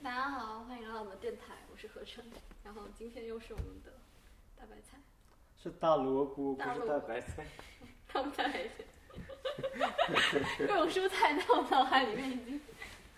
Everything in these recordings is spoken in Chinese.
大家好，欢迎来到我们的电台，我是何晨。然后今天又是我们的大白菜， 是大萝卜，不是大白菜。 大白菜，各种蔬菜在我脑海里面已经。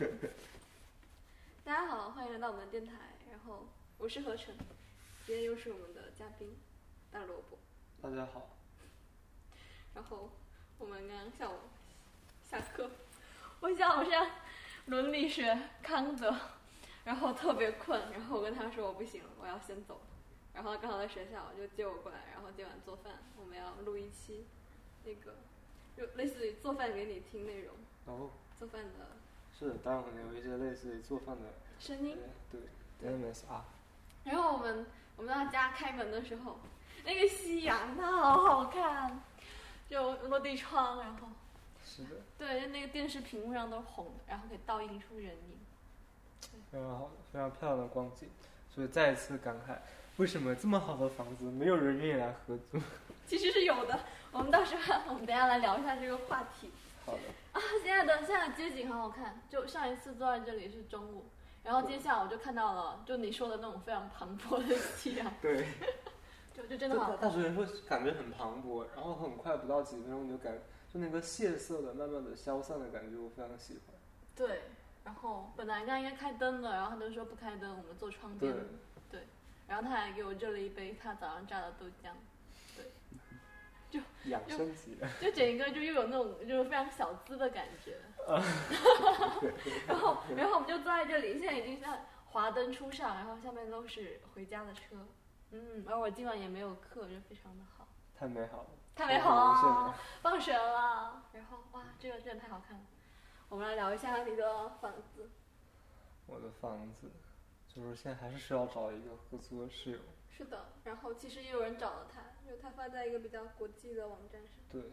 大家好，欢迎来到我们的电台。然后我是何晨，今天又是我们的嘉宾大萝卜。 大家好。 然后我们刚刚下午下课，我下午上伦理学康德，然后特别困，然后我跟他说我不行了，我要先走了。然后刚好在学校就接我过来，然后今晚做饭，我们要录一期那个就类似于做饭给你听内容。 哦。 做饭的。 是，当然可能有一些类似于做饭的声音。 对 ，MSR。 然后我们到家开门的时候，那个夕阳它好好看，就落地窗，然后。 是的。 对，那个电视屏幕上都是红的，然后可以倒映出人影。 非常好，非常漂亮的光景，所以再一次感慨，为什么这么好的房子没有人愿意来合租？ 其实是有的，我们等一下来聊一下这个话题。 好的。 啊，现在的街景很好看，就上一次坐在这里是中午，然后接下来我就看到了，就你说的那种非常磅礴的夕阳。 对。 就真的好看。 大学人会感觉很磅礴，然后很快不到几分钟你就那个谢色的慢慢的消散的感觉，我非常喜欢。对。 然后本来刚应该开灯的，然后他就说不开灯，我们坐窗边。对。然后他还给我热了一杯他早上榨的豆浆。对。就养生级。 就整个就又有那种就是非常小资的感觉。然后我们就坐在这里，现在已经是华灯初上，然后下面都是回家的车。而我今晚也没有课，就非常的好。 太美好了。 太美好了，放学了。然后哇，这个真的太好看了。我们来聊一下你的房子。 我的房子，就是现在还是需要找一个合租的室友。 是的，然后其实也有人找了他，就他发在一个比较国际的网站上。 对。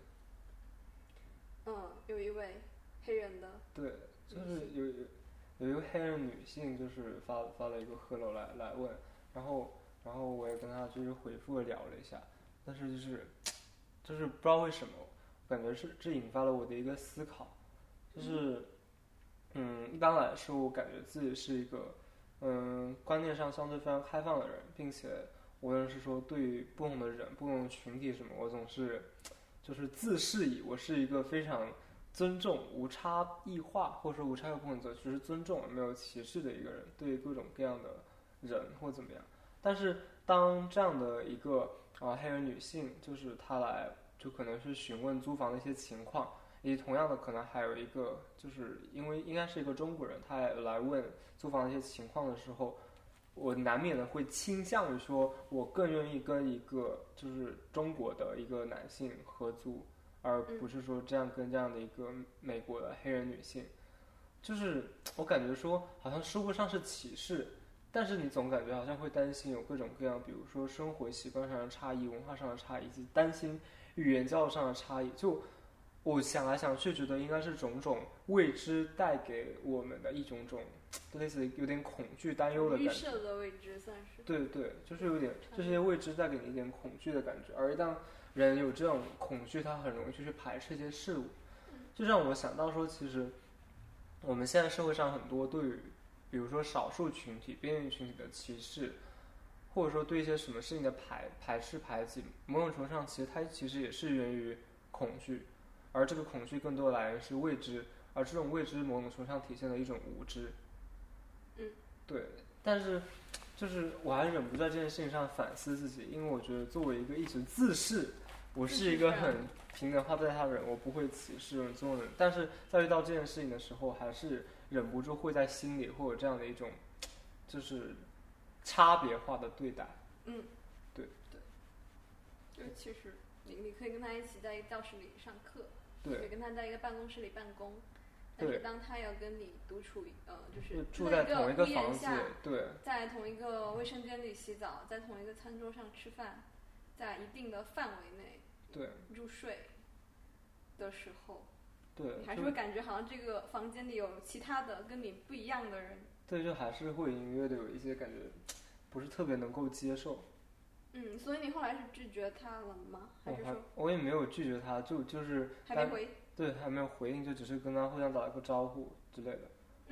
有一位黑人的。 对，就是有一个黑人女性，就是发了一个hello来问，然后我也跟她就是回复聊了一下，但是就是不知道为什么，感觉这引发了我的一个思考，就是一般来说我感觉自己是一个观念上相对非常开放的人，并且无论是说对于不同的人不同的群体什么，我总是就是自视以我是一个非常尊重无差异化或者说无差异不能就是尊重而没有歧视的一个人，对于各种各样的人或怎么样。但是当这样的一个黑人女性，就是她来就可能是询问租房的一些情况，以及同样的可能还有一个就是因为应该是一个中国人，他来问租房的一些情况的时候，我难免的会倾向于说我更愿意跟一个就是中国的一个男性合租，而不是说跟这样的一个美国的黑人女性。就是我感觉说好像说不上是歧视，但是你总感觉好像会担心有各种各样，比如说生活习惯上的差异、文化上的差异，以及担心语言教育上的差异。就我想来想去，觉得应该是种种未知带给我们的一种类似有点恐惧、担忧的感觉。 预设的未知算是。 对，就是有点这些未知带给你一点恐惧的感觉，而一旦人有这种恐惧，他很容易去排斥一些事物。就让我想到说，其实我们现在社会上很多对于比如说少数群体、边缘群体的歧视，或者说对一些什么事情的排斥排挤，某种程度上它其实也是源于恐惧，而这个恐惧更多的来源是未知，而这种未知某种程度上体现了一种无知。对，但是就是我还忍不住在这件事情上反思自己，因为我觉得作为一个一直自视我是一个很平等化对待他的人，我不会歧视人中人，但是在遇到这件事情的时候，还是忍不住会在心里会有这样的一种就是差别化的对待。对， 就其实你可以跟他一起在一个教室里上课， 对， 可以跟他在一个办公室里办公，但是当他要跟你独处就是住在同一个房子，对， 在同一个卫生间里洗澡，在同一个餐桌上吃饭，在一定的范围内对入睡的时候， 对， 你还是会感觉好像这个房间里有其他的跟你不一样的人。 对，就还是会隐约的有一些感觉不是特别能够接受。 所以你后来是拒绝他了吗？还是说我也没有拒绝他，就是还没回？ 对，还没有回应，就只是跟他互相打了个招呼之类的。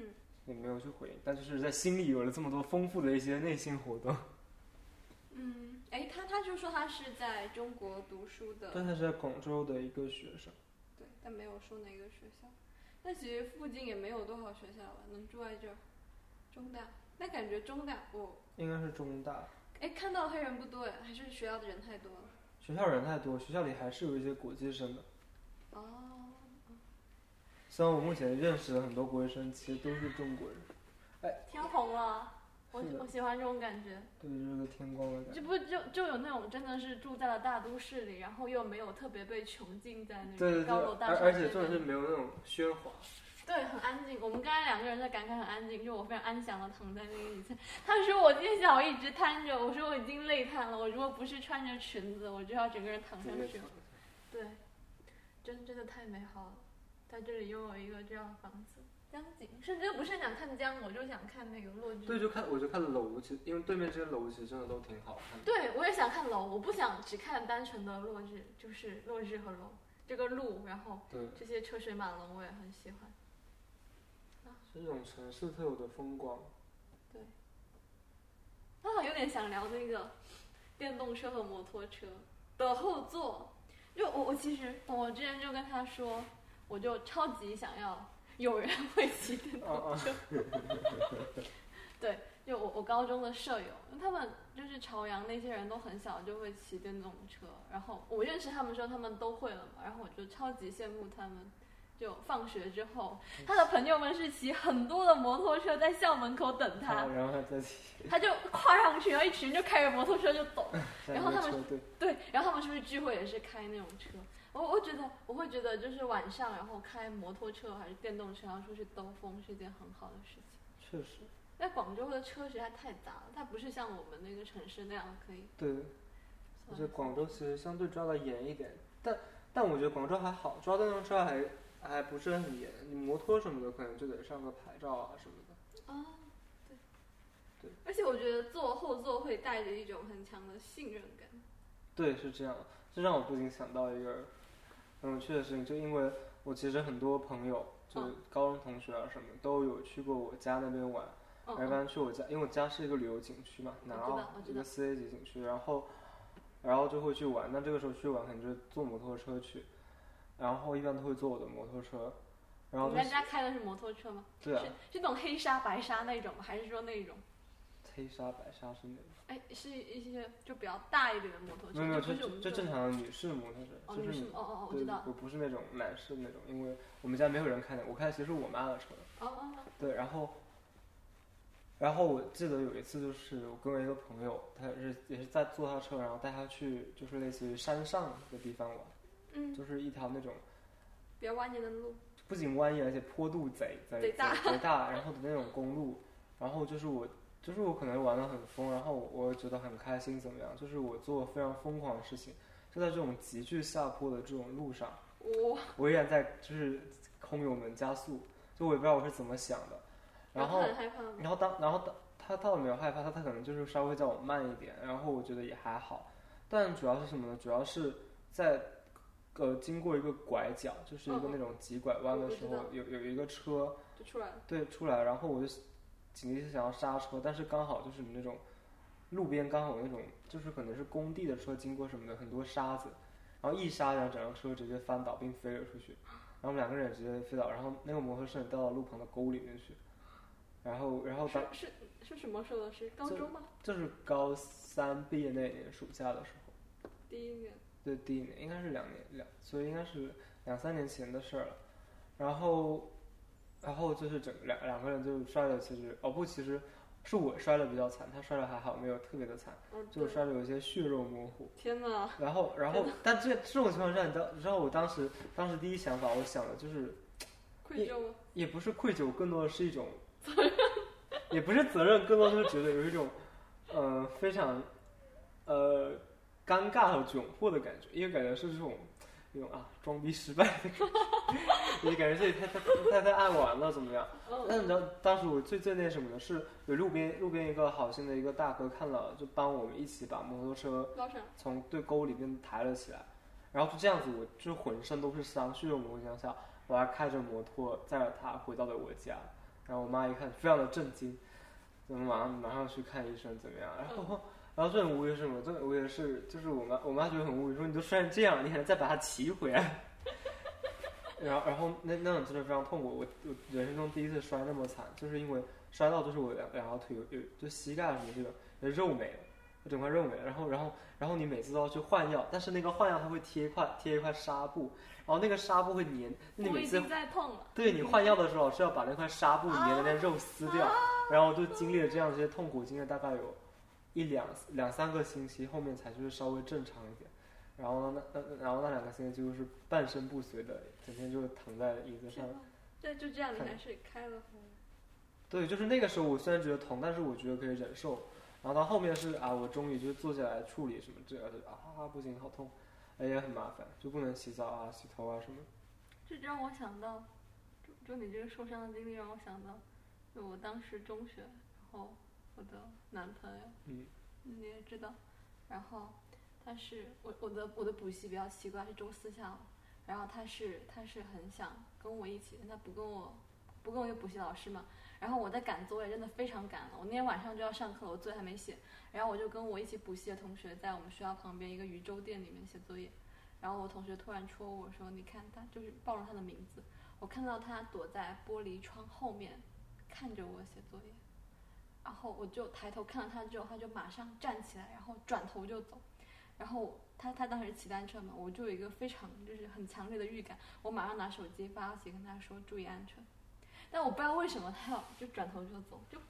也没有去回应，但就是在心里有了这么多丰富的一些内心活动。 他就说他是在中国读书的， 对，他是在广州的一个学生。 对，但没有说哪个学校。那其实附近也没有多少学校了，能住在这儿。中大，那感觉中大应该是中大。 看到黑人不多，还是学校的人太多了？ 学校人太多，学校里还是有一些国际生的。 哦。 虽然我目前认识的很多国际生其实都是中国人。 天红了，我喜欢这种感觉。 对，这个天光的感觉。 这不就有那种真的是住在了大都市里，然后又没有特别被囚禁在那种高楼大厦， 而且重点是没有那种喧哗。 对，很安静。我们刚才两个人在感慨很安静，就我非常安详的躺在那个椅子。他说我今天下午一直瘫着，我说我已经累瘫了，我如果不是穿着裙子，我就要整个人躺上去。对，真的太美好了，在这里拥有一个这样的房子。江景，甚至不是想看江，我就想看那个落日。 对，我就看楼，其实因为对面这些楼其实真的都挺好看的。 对，我也想看楼，我不想只看单纯的落日，就是落日和楼，这个路，然后这些车水马龙我也很喜欢。 是这种城市特有的风光。 对。有点想聊那个电动车和摩托车的后座，就我其实我之前就跟他说，我就超级想要有人会骑电动车。对，就我高中的舍友，他们就是朝阳那些人都很小就会骑电动车，然后我认识他们说他们都会了嘛，然后我就超级羡慕他们。就放学之后，他的朋友们是骑很多的摩托车在校门口等他， 然后他再骑， 他就跨上去，然后一群人就开着摩托车就走。然后他们对，然后他们是不是聚会也是开那种车？我会觉得就是晚上然后开摩托车还是电动车然后出去兜风是一件很好的事情。 确实。 在广州的车实在太杂了，它不是像我们那个城市那样可以。 对，而且广州其实相对抓得严一点，但我觉得广州还好，抓电动车还不是很严，你摩托什么的可能就得上个牌照啊什么的。对。 而且我觉得坐后座会带着一种很强的信任感。 对，是这样。这让我不禁想到一个很有趣的事情，就因为我其实很多朋友，就是高中同学啊什么都有去过我家那边玩。一般去我家，因为我家是一个旅游景区嘛，南澳一个4A级景区，然后就会去玩。那这个时候去玩，可能就是坐摩托车去。然后一般都会坐我的摩托车，然后你们家开的是摩托车吗？ 对啊。 是那种黑沙白沙那种吗？还是说那种？ 黑沙白沙是哪种？ 是一些就比较大一点的摩托车。 没有，就正常的女士摩托车。 女士我知道。 我不是那种男士那种，因为我们家没有人开的，我开的其实是我妈的车。对，然后我记得有一次就是我跟我一个朋友，他也是在坐他车，然后带他去就是类似于山上的地方玩。就是一条那种比较蜿蜒的路， 不仅蜿蜒，而且坡度贼大，然后的那种公路。然后就是我可能玩得很疯，然后我觉得很开心，怎么样？就是我做非常疯狂的事情，就在这种急剧下坡的这种路上，我依然在就是空油门加速，就我也不知道我是怎么想的。然后他倒没有害怕，他可能就是稍微叫我慢一点，然后我觉得也还好。但主要是什么呢？主要是在经过一个拐角，就是一个那种急拐弯的时候，有一个车就出来了。 对，出来，然后我就紧急想要刹车，但是刚好就是那种路边刚好有那种就是可能是工地的车经过什么的，很多沙子，然后一刹，然后整辆车直接翻倒并飞了出去，然后我们两个人也直接飞倒，然后那个摩托车掉到路旁的沟里面去，然后是什么时候？是高中吗？ 就是高3毕业那年暑假的时候。 第一年。 对，第一年应该是2年，所以应该是2-3年前的事了。然后就是两个人就摔的，其实是我摔的比较惨，他摔的还好，没有特别的惨，就摔的有一些血肉模糊。 天哪！ 然后，但这种情况下，你知道我当时第一想法，我想的就是愧疚吗？ 也不是愧疚，更多的是一种责任，也不是责任，更多的是觉得有一种非常尴尬和窘迫的感觉，因为感觉是这种装逼失败的感觉，你感觉自己太爱玩了怎么样？但你知道当时我最那什么的是有路边一个好心的一个大哥看了，就帮我们一起把摩托车从沟里面抬了起来，然后就这样子，我就浑身都是伤，血肉模糊情况下，我还开着摩托载着他回到了我家， 然后我妈一看非常的震惊，就马上去看医生怎么样，然后就很无语是什么？我也是，就是我妈觉得很无语，说你都摔成这样，你还能再把它骑回来？然后那种真的非常痛苦，我人生中第一次摔那么惨，就是因为摔到就是我两条腿有就膝盖什么这个肉没了，整块肉没了，然后你每次都要去换药，但是那个换药它会贴一块纱布，然后那个纱布会粘，你每次我已经在痛了。 对你换药的时候是要把那块纱布粘的那肉撕掉，然后就经历了这样这些痛苦，经历大概有两三个星期，后面才就是稍微正常一点。然后那2个星期就是半身不遂的，整天就躺在椅子上。 对，就这样，你还是开了回来。 对，就是那个时候我虽然觉得痛，但是我觉得可以忍受。然后到后面是我终于就坐下来处理什么这个不行，好痛，也很麻烦，就不能洗澡洗头什么。 这让我想到，就你这个受伤的经历让我想到，就我当时中学，然后我的男朋友，你也知道，然后他是我的补习比较奇怪，是周4下午，然后他是很想跟我一起，但他不跟我一个补习老师嘛，然后我在赶作业，真的非常赶了，我那天晚上就要上课了，我作业还没写，然后我就跟我一起补习的同学在我们学校旁边一个鱼粥店里面写作业，然后我同学突然戳我说，你看他，就是报了他的名字，我看到他躲在玻璃窗后面看着我写作业，然后我就抬头看到他之后，他就马上站起来，然后转头就走。然后他当时骑单车嘛，我就有一个非常就是很强烈的预感，我马上拿手机发消息跟他说注意安全。但我不知道为什么他要就转头就走，就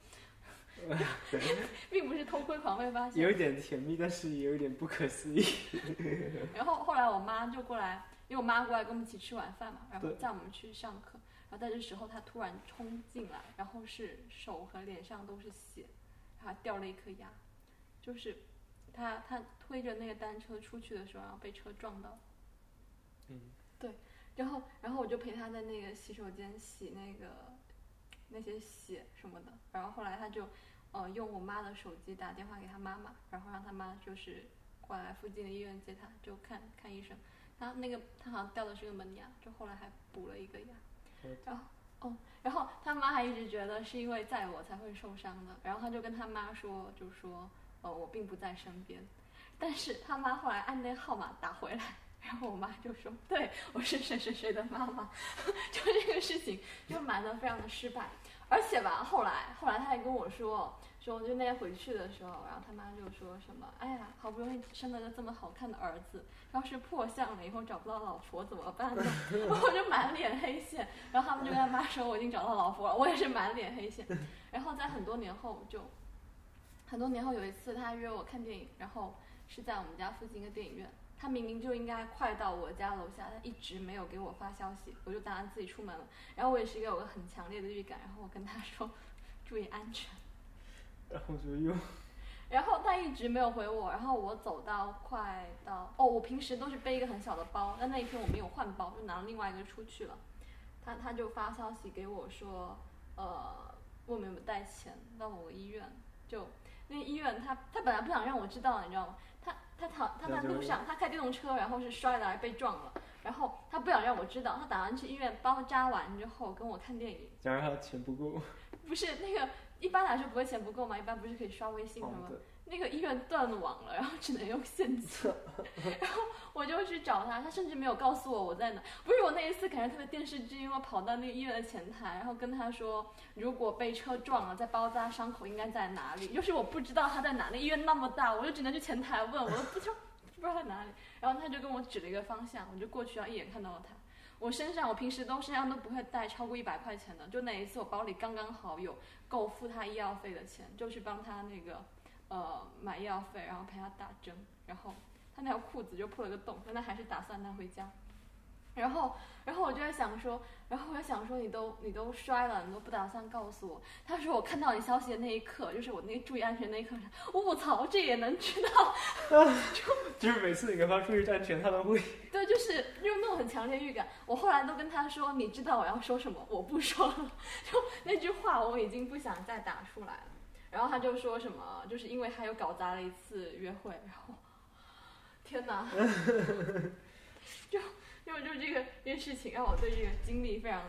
并不是偷窥狂被发现， 有一点甜蜜，但是也有一点不可思议。 然后后来我妈就过来，因为我妈过来跟我们一起吃晚饭嘛，然后载我们去上课。然后在这时候他突然冲进来，然后是手和脸上都是血，然后掉了一颗牙，就是他推着那个单车出去的时候，然后被车撞到。对，然后我就陪他在那个洗手间洗那些血什么的，然后后来他就用我妈的手机打电话给他妈妈，然后让他妈就是过来附近的医院接他，就看医生。他好像掉的是个门牙，就后来还补了一个牙。然后他妈还一直觉得是因为载我才会受伤的，然后他就跟他妈说，就说我并不在身边，但是他妈后来按那个号码打回来，然后我妈就说对，我是谁谁谁的妈妈，就这个事情就瞒得非常的失败，而且吧后来他还跟我说就那天回去的时候，然后他妈就说什么，哎呀，好不容易生了个这么好看的儿子，要是破相了以后找不到老婆怎么办呢？我就满脸黑线，然后他们就跟他妈说我已经找到老婆了，我也是满脸黑线。然后在很多年后有一次他约我看电影，然后是在我们家附近一个电影院，他明明就应该快到我家楼下，他一直没有给我发消息，我就打算自己出门了。然后我也是有个很强烈的预感，然后我跟他说注意安全。然后他一直没有回我，然后我走到我平时都是背一个很小的包，但那一天我没有换包，就拿了另外一个出去了。他就发消息给我说，问我有没有带钱到某个医院，就那医院他本来不想让我知道，你知道吗？他在路上，他开电动车，然后是摔了被撞了，然后他不想让我知道，他打算去医院包扎完之后跟我看电影。 假如他钱不够， 不是那个一般来说不会钱不够嘛，一般不是可以刷微信的吗？那个医院断网了，然后只能用现金。然后我就去找他，他甚至没有告诉我在哪。不是我那一次感觉特别电视剧，因为我跑到那个医院的前台，然后跟他说，如果被车撞了，在包扎伤口应该在哪里？就是我不知道他在哪，那医院那么大，我就只能去前台问，我都不知道在哪里。然后他就跟我指了一个方向，我就过去，然后一眼看到了他。我平时身上都不会带超过100块钱的，就那一次我包里刚刚好有够付他医药费的钱，就去帮他那个买医药费，然后陪他打针，然后他那条裤子就破了个洞，但他还是打算带回家。然后我就在想说，你都摔了，你都不打算告诉我。他说我看到你消息的那一刻，就是我那个注意安全那一刻，我操，这也能知道？ 就是每次你跟他注意安全，他都会。 对，就是那种很强烈预感。我后来都跟他说，你知道我要说什么，我不说了。就那句话我已经不想再打出来了。然后他就说什么，就是因为他又搞砸了一次约会，然后天哪，就这个事情让我对这个经历非常的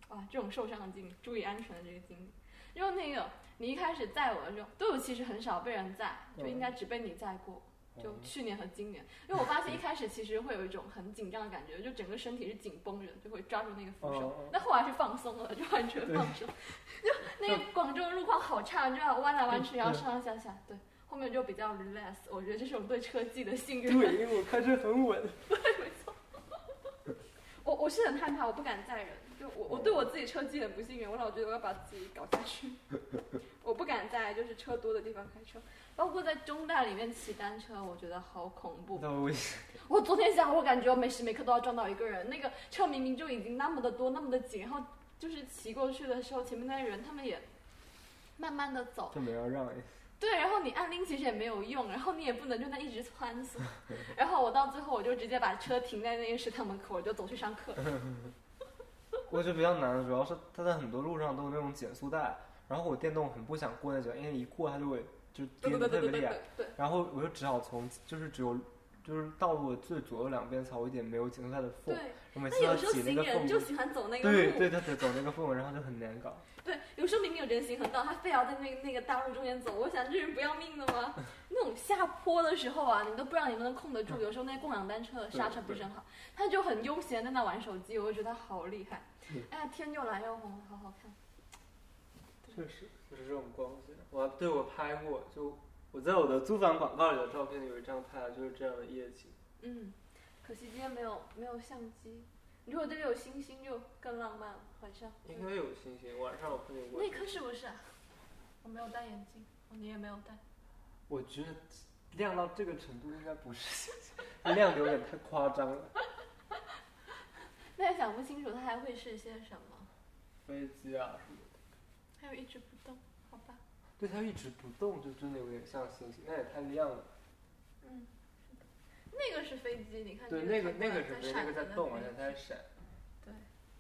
哇，这种受伤的经历，注意安全的这个经历。因为那个你一开始载我的时候，队伍其实很少被人载，就应该只被你载过。就去年和今年，因为我发现一开始其实会有一种很紧张的感觉，就整个身体是紧绷着，就会抓住那个扶手。那后来是放松了，就完全放手。就那个广州路况好差，就要弯来弯去，然后上上下下。对，后面就比较 relax。我觉得这是我对车技的信任。 对，因为我开车很稳。 对，没错。我是很害怕，我不敢载人。就我对我自己车技很不信任，我老觉得我要把自己搞下去。我不敢在就是车多的地方开车，包括在中大里面骑单车，我觉得好恐怖。我昨天下午我感觉我每时每刻都要撞到一个人，那个车明明就已经那么的多那么的紧，然后就是骑过去的时候，前面那些人他们也慢慢的走， 就没有让。 对，然后你按铃其实也没有用，然后你也不能就那一直穿梭。然后我到最后我就直接把车停在那个食堂门口，我就走去上课。 我觉得比较难的主要是它在很多路上都有那种减速带，然后我电动很不想过那种，因为一过它就会就颠得特别厉害。然后我就只好从就是道路的最左右两边才有一点没有减速带的缝，我每次要挤那个缝， 就喜欢走那个路。 对，他得走那个缝，然后就很难搞。 对，有时候明明有人行横道，他非要在那个大路中间走，我想这人不要命的吗？那种下坡的时候啊，你都不知道你能控得住。有时候那共享单车的刹车不是很好，他就很悠闲在那玩手机，我就觉得他好厉害。哎呀，天又蓝又红，好好看。 确实就是这种光线。我拍过，就我在我的租房广告里的照片有一张拍的就是这样的夜景。 可惜今天没有相机。如果这里有星星就更浪漫了，晚上。 应该有星星，晚上我看见过。 那颗是不是啊？我没有戴眼镜，你也没有戴。 我觉得亮到这个程度应该不是星星，亮的有点太夸张了。 那也想不清楚它还会是些什么。 飞机啊什么的。 还有一直不动，好吧。 对，它一直不动，就真的有点像星星，那也太亮了。 是的。那个是飞机，你看。 对，那个是飞机，那个在动，而且它在闪。 对。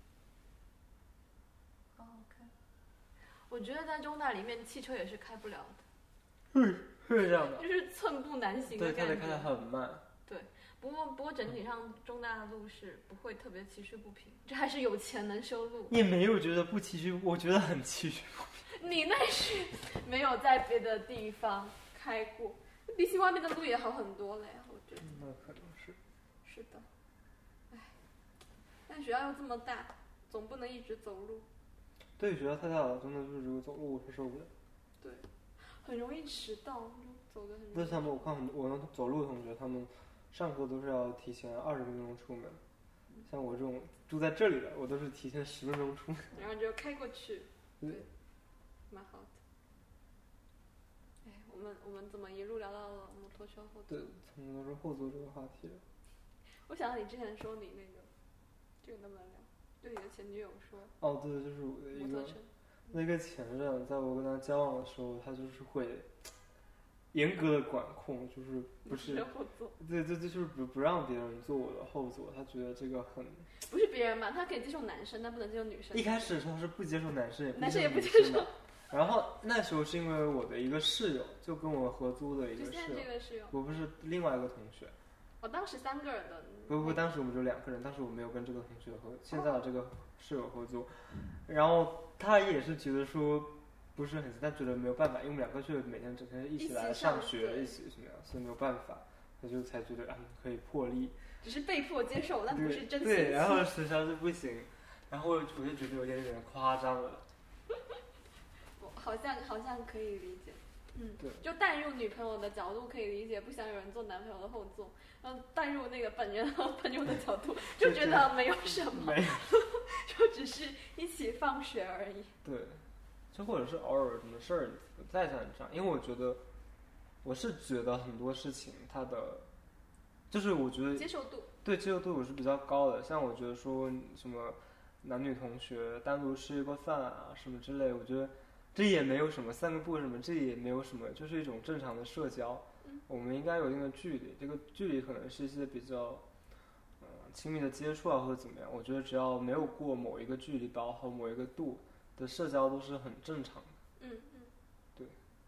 好好看。我觉得在中大里面，汽车也是开不了的。 是这样的。 就是寸步难行的感觉。 对，它得开得很慢。 对。不过整体上中大的路是不会特别崎岖不平，这还是有钱能修路。 也没有觉得不崎岖，我觉得很崎岖不平。 你那是没有在别的地方开过，比起外面的路也好很多了呀，我觉得。 那可能是。 是的。唉，但学校又这么大，总不能一直走路。 对，学校太大了，真的就是如果走路我是受不了。 对，很容易迟到，就走得很。 不是他们，我看我能走路的同学，他们上课都是要提前20分钟出门，像我这种住在这里的，我都是提前10分钟出门， 然后就开过去。 对， 蛮好的。哎，我们怎么一路聊到了摩托车后座？ 对，从都是后座这个话题了。 我想到你之前说你那个，这个能不能聊？对你的前女友说。 哦，对，就是我的一个那个前任，在我跟他交往的时候，他就是会严格的管控，就是不是对，就是不让别人坐我的后座，他觉得这个很不是别人嘛，他可以接受男生，但不能接受女生。 一开始他是不接受男生， 也不接受。 然后那时候是因为我的一个室友，就跟我合租的一个室友， 就现在这个室友， 我不是另外一个同学。 我当时3个人的。 不，当时我们就2个人，当时我没有跟这个同学和现在的这个室友合租，然后他也是觉得说不是很，但觉得没有办法，因为我们2个就每天整天一起来上学，一起什么样，所以没有办法，他就才觉得可以破例， 只是被迫接受，但不是真心。 对，然后实际上是不行，然后我就觉得有点夸张了。 我好像可以理解。 对， 就带入女朋友的角度可以理解，不想有人坐男朋友的后座，然后带入那个本人和朋友的角度，就觉得没有什么， 没有， 就只是一起放学而已。 对，就或者是偶尔什么事儿再这样，因为我是觉得很多事情它的，就是我觉得接受度， 对接受度我是比较高的，像我觉得说什么男女同学单独吃一个饭啊什么之类，我觉得。这也没有什么散个步什么，这也没有什么，就是一种正常的社交。我们应该有一定的距离，这个距离可能是一些比较，亲密的接触啊或者怎么样。我觉得只要没有过某一个距离，把握好某一个度的社交都是很正常的。对。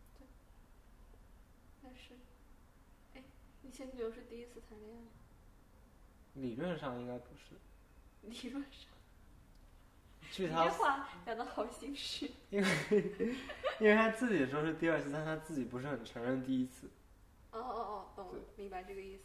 但是，哎，你前女友是第一次谈恋爱吗？ 理论上应该不是。 理论上。 据他这话讲的好心虚。 因为他自己说是第2次，但他自己不是很承认第1次。 懂了，明白这个意思。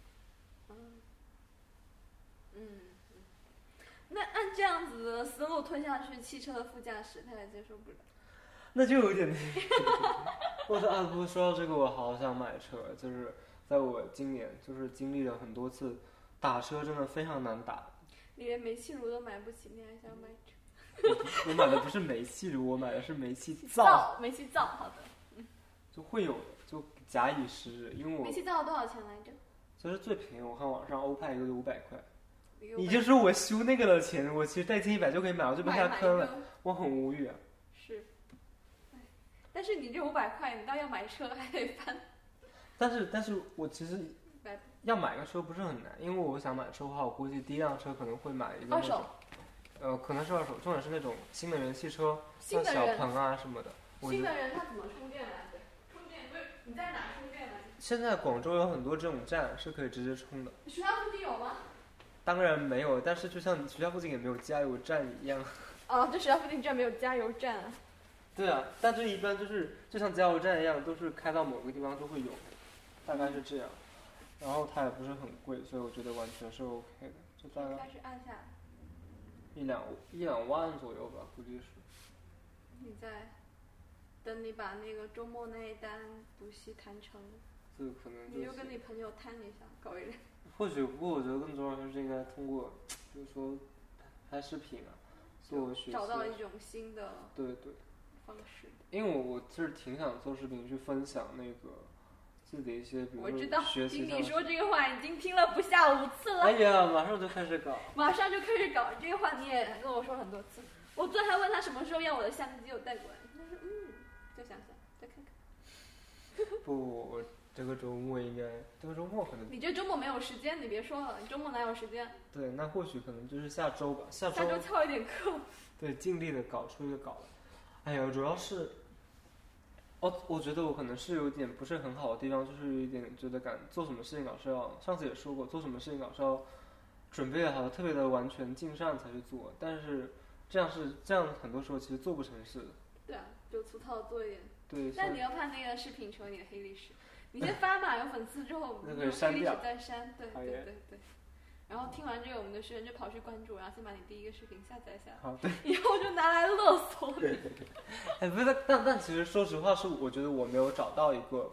那按这样子的思路推下去，汽车的副驾驶他也接受不了。 那就有点我说不过说到这个，我好想买车，就是在我今年就是经历了很多次打车，真的非常难打。 你连煤气炉都买不起，你还想买车？ 我买的不是煤气炉，我买的是煤气灶。煤气灶，好的。 就会有的，就假以时日，因为我煤气灶多少钱来着？ 其实最便宜，我看网上欧派一个就500块。 500 你就说我修那个的钱，我其实带进100就可以买，我就被他坑了，我很无语啊。 是，但是你这500块，你倒要买车还得翻。 但是我其实要买个车不是很难，因为我想买车的话，我估计第一辆车可能会买一个二手， 可能是二手，重点是那种新能源汽车，像小鹏啊什么的。 新能源它怎么充电来着？充电不是你在哪充电来着？ 现在广州有很多这种站是可以直接充的。 学校附近有吗？ 当然没有，但是就像学校附近也没有加油站一样。 哦，这学校附近居然没有加油站啊？ 对啊，但这一般就是就像加油站一样，都是开到某个地方就会有，大概是这样。然后它也不是很贵，所以我觉得完全是 OK 的，就大概开始按下来一两万左右吧，估计是。 你在等你把那个周末那一单补习谈成， 这个可能你就跟你朋友摊一下，搞一点。 或许，不过我觉得更重要的是应该通过，就是说拍视频啊，做学习， 找到一种新的对方式。 因为我是挺想做视频去分享那个自己的一些，比如说学习上。 听你说这个话已经听了不下5次了。 哎呀，马上就开始搞。 马上就开始搞这个话，你也跟我说很多次。我昨天还问他什么时候要我的相机，我带过来。他说再想想，再看看。 不，我这个周末应该，这个周末可能。 你这周末没有时间，你别说了，你周末哪有时间？ 对，那或许可能就是下周吧，下周翘一点课。 对，尽力的搞出一个稿来。哎呀，主要是，我觉得我可能是有点不是很好的地方，就是有一点觉得做什么事情老是要，上次也说过，做什么事情老是要准备好，特别的完全尽善才去做，但是这样很多时候其实做不成事的。 对啊，就粗糙做一点。 对。 但你要怕那个视频成为你的黑历史，你先发嘛，有粉丝之后， 那个删掉， 再删，对。然后听完这个，我们的学员就跑去关注，然后先把你第一个视频下载下来， 好，对， 以后就拿来勒索你。 对。哎，不是，但其实说实话，是我觉得我没有找到一个，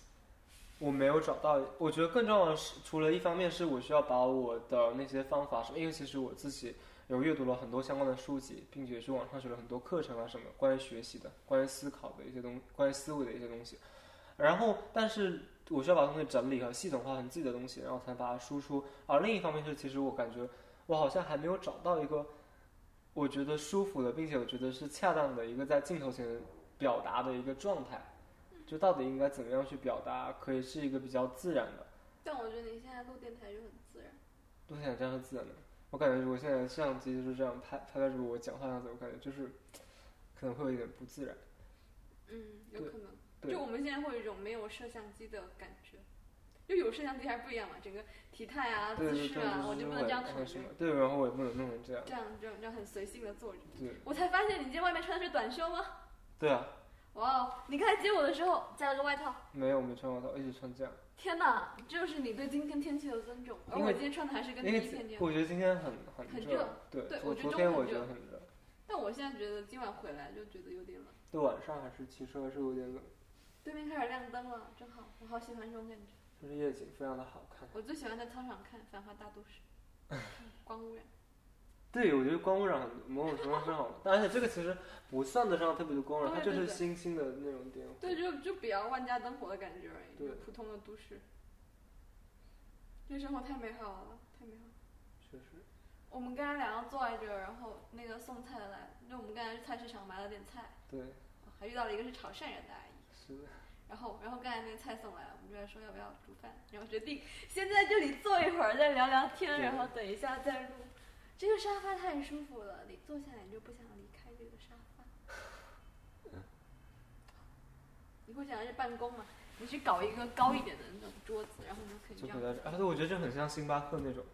我觉得更重要的是，除了一方面是我需要把我的那些方法什么，因为其实我自己有阅读了很多相关的书籍，并且去网上学了很多课程啊什么关于学习的、关于思考的一些东西、关于思维的一些东西。然后，但是我需要把东西整理和系统化成自己的东西，然后才把它输出。而另一方面是，其实我感觉我好像还没有找到一个我觉得舒服的，并且我觉得是恰当的一个在镜头前表达的一个状态。就到底应该怎么样去表达，可以是一个比较自然的。 但我觉得你现在录电台就很自然。 录电台这样是自然的。我感觉我现在的摄像机就是这样拍着我讲话样子，我感觉就是可能会有一点不自然。 有可能。就我们现在会有一种没有摄像机的感觉，就有摄像机还是不一样嘛，整个体态啊、姿势啊，我就不能这样躺着。 对，然后我也不能弄成这样。 这样很随性的坐着。 对。 我才发现你今天外面穿的是短袖吗？ 对啊。 哇，你刚才接我的时候加了个外套。 没有，我没穿外套，一直穿这样。 天哪，这就是你对今天天气的尊重。而我今天穿的还是跟第一天这样。 我觉得今天很热。 对， 我昨天我觉得很热。 但我现在觉得今晚回来就觉得有点冷。 对，晚上其实还是有点冷。 对面开始亮灯了，真好，我好喜欢这种感觉。 就是夜景非常的好看。 我最喜欢在操场看《繁华大都市》，光污染。 对，我觉得光污染某种程度上是好的，而且这个其实不算得上特别的光染，它就是星星的那种点。 对，就比较万家灯火的感觉而已。对，普通的都市。这生活太美好了，太美好了。 确实。 我们刚才俩要坐在这儿，然后那个送菜的来，就我们刚才去菜市场买了点菜。 对。 还遇到了一个是潮汕人的阿姨。 是的。 然后刚才那个菜送来了，我们就在说要不要煮饭，然后决定先在这里坐一会儿，再聊聊天，然后等一下再录。这个沙发太舒服了，你坐下来你就不想离开这个沙发。你会想要去办公吗？你去搞一个高一点的那种桌子，然后你就可以这样。 对，我觉得这很像星巴克那种，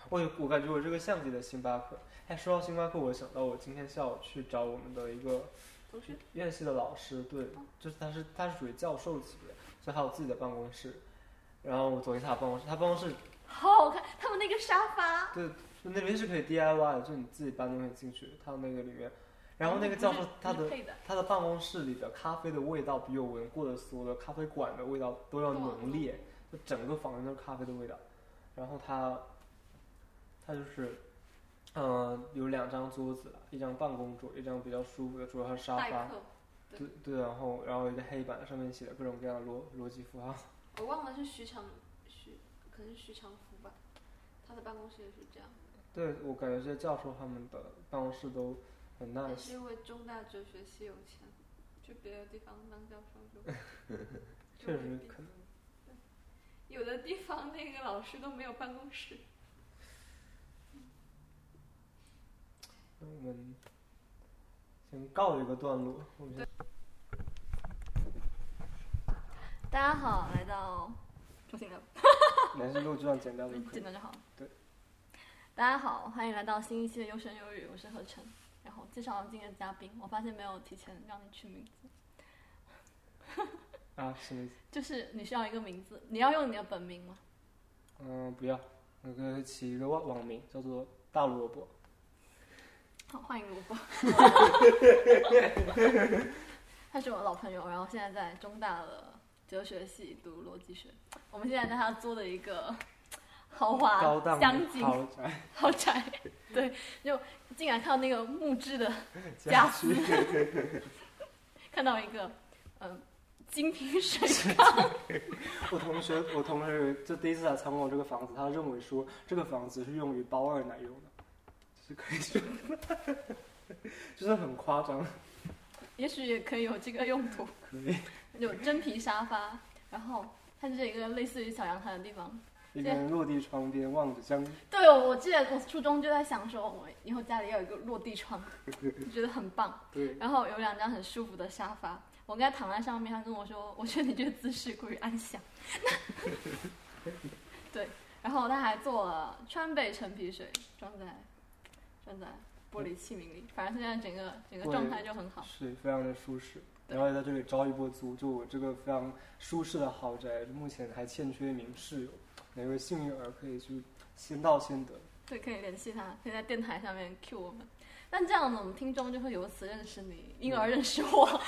我感觉我这个像极了星巴克。哎，说到星巴克，我想到我今天下午去找我们的一个同学院系的老师，对，就是他是属于教授级别，所以他有自己的办公室。然后我走进他的办公室，他办公室好好看，他们那个沙发， 对，就那边是可以 DIY 的，就你自己搬东西进去，他那个里面。然后那个教授他的办公室里的咖啡的味道比我闻过的所有的咖啡馆的味道都要浓烈，就整个房间都是咖啡的味道。然后他就是有2张桌子，一张办公桌，一张比较舒服的桌和沙发。对，然后一个黑板上面写的各种各样的逻辑符号。 我忘了是可能是徐长福吧，他的办公室也是这样。 对，我感觉这些教授他们的办公室都很 nice。 但是因为中大哲学系有钱，去别的地方当教授就确实可能。 有的地方那个老师都没有办公室。 那我们先告一个段落。 大家好，来到重新聊。 没事，录这段剪掉就可以。 剪掉就好。 对。大家好，欢迎来到新一期的优生优语，我是何晨。然后介绍今天的嘉宾，我发现没有提前让你取名字。 什么意思？ 就是你需要一个名字，你要用你的本名吗？ 不要，我可以起一个网名，叫做大萝卜。 好，欢迎萝卜。他是我的老朋友，然后现在在中大的哲学系读逻辑学。我们现在在他租的一个豪华高档江景豪宅，对，就竟然看到那个木质的家私，看到一个精品水缸。 我同学就第一次来参观我这个房子，他认为说这个房子是用于包二奶用的，就是可以说，就是很夸张。 也许也可以有这个用途。 可以。 有真皮沙发，然后它是一个类似于小阳台的地方。 一边落地窗边望着江。 对，我记得我初中就在想说，我以后家里要有一个落地窗，觉得很棒。 对。 然后有2张很舒服的沙发，我跟他躺在上面，他跟我说：“我觉得你这个姿势过于安详。”对，然后他还做了川贝陈皮水，装在玻璃器皿里，反正现在整个状态就很好， 是非常的舒适。然后也在这里招一波租，就我这个非常舒适的豪宅，目前还欠缺一名室友，哪位幸运儿可以去先到先得。 对，可以联系他，可以在电台上面 cue 我们。但这样呢，我们听众就会由此认识你，因而认识我。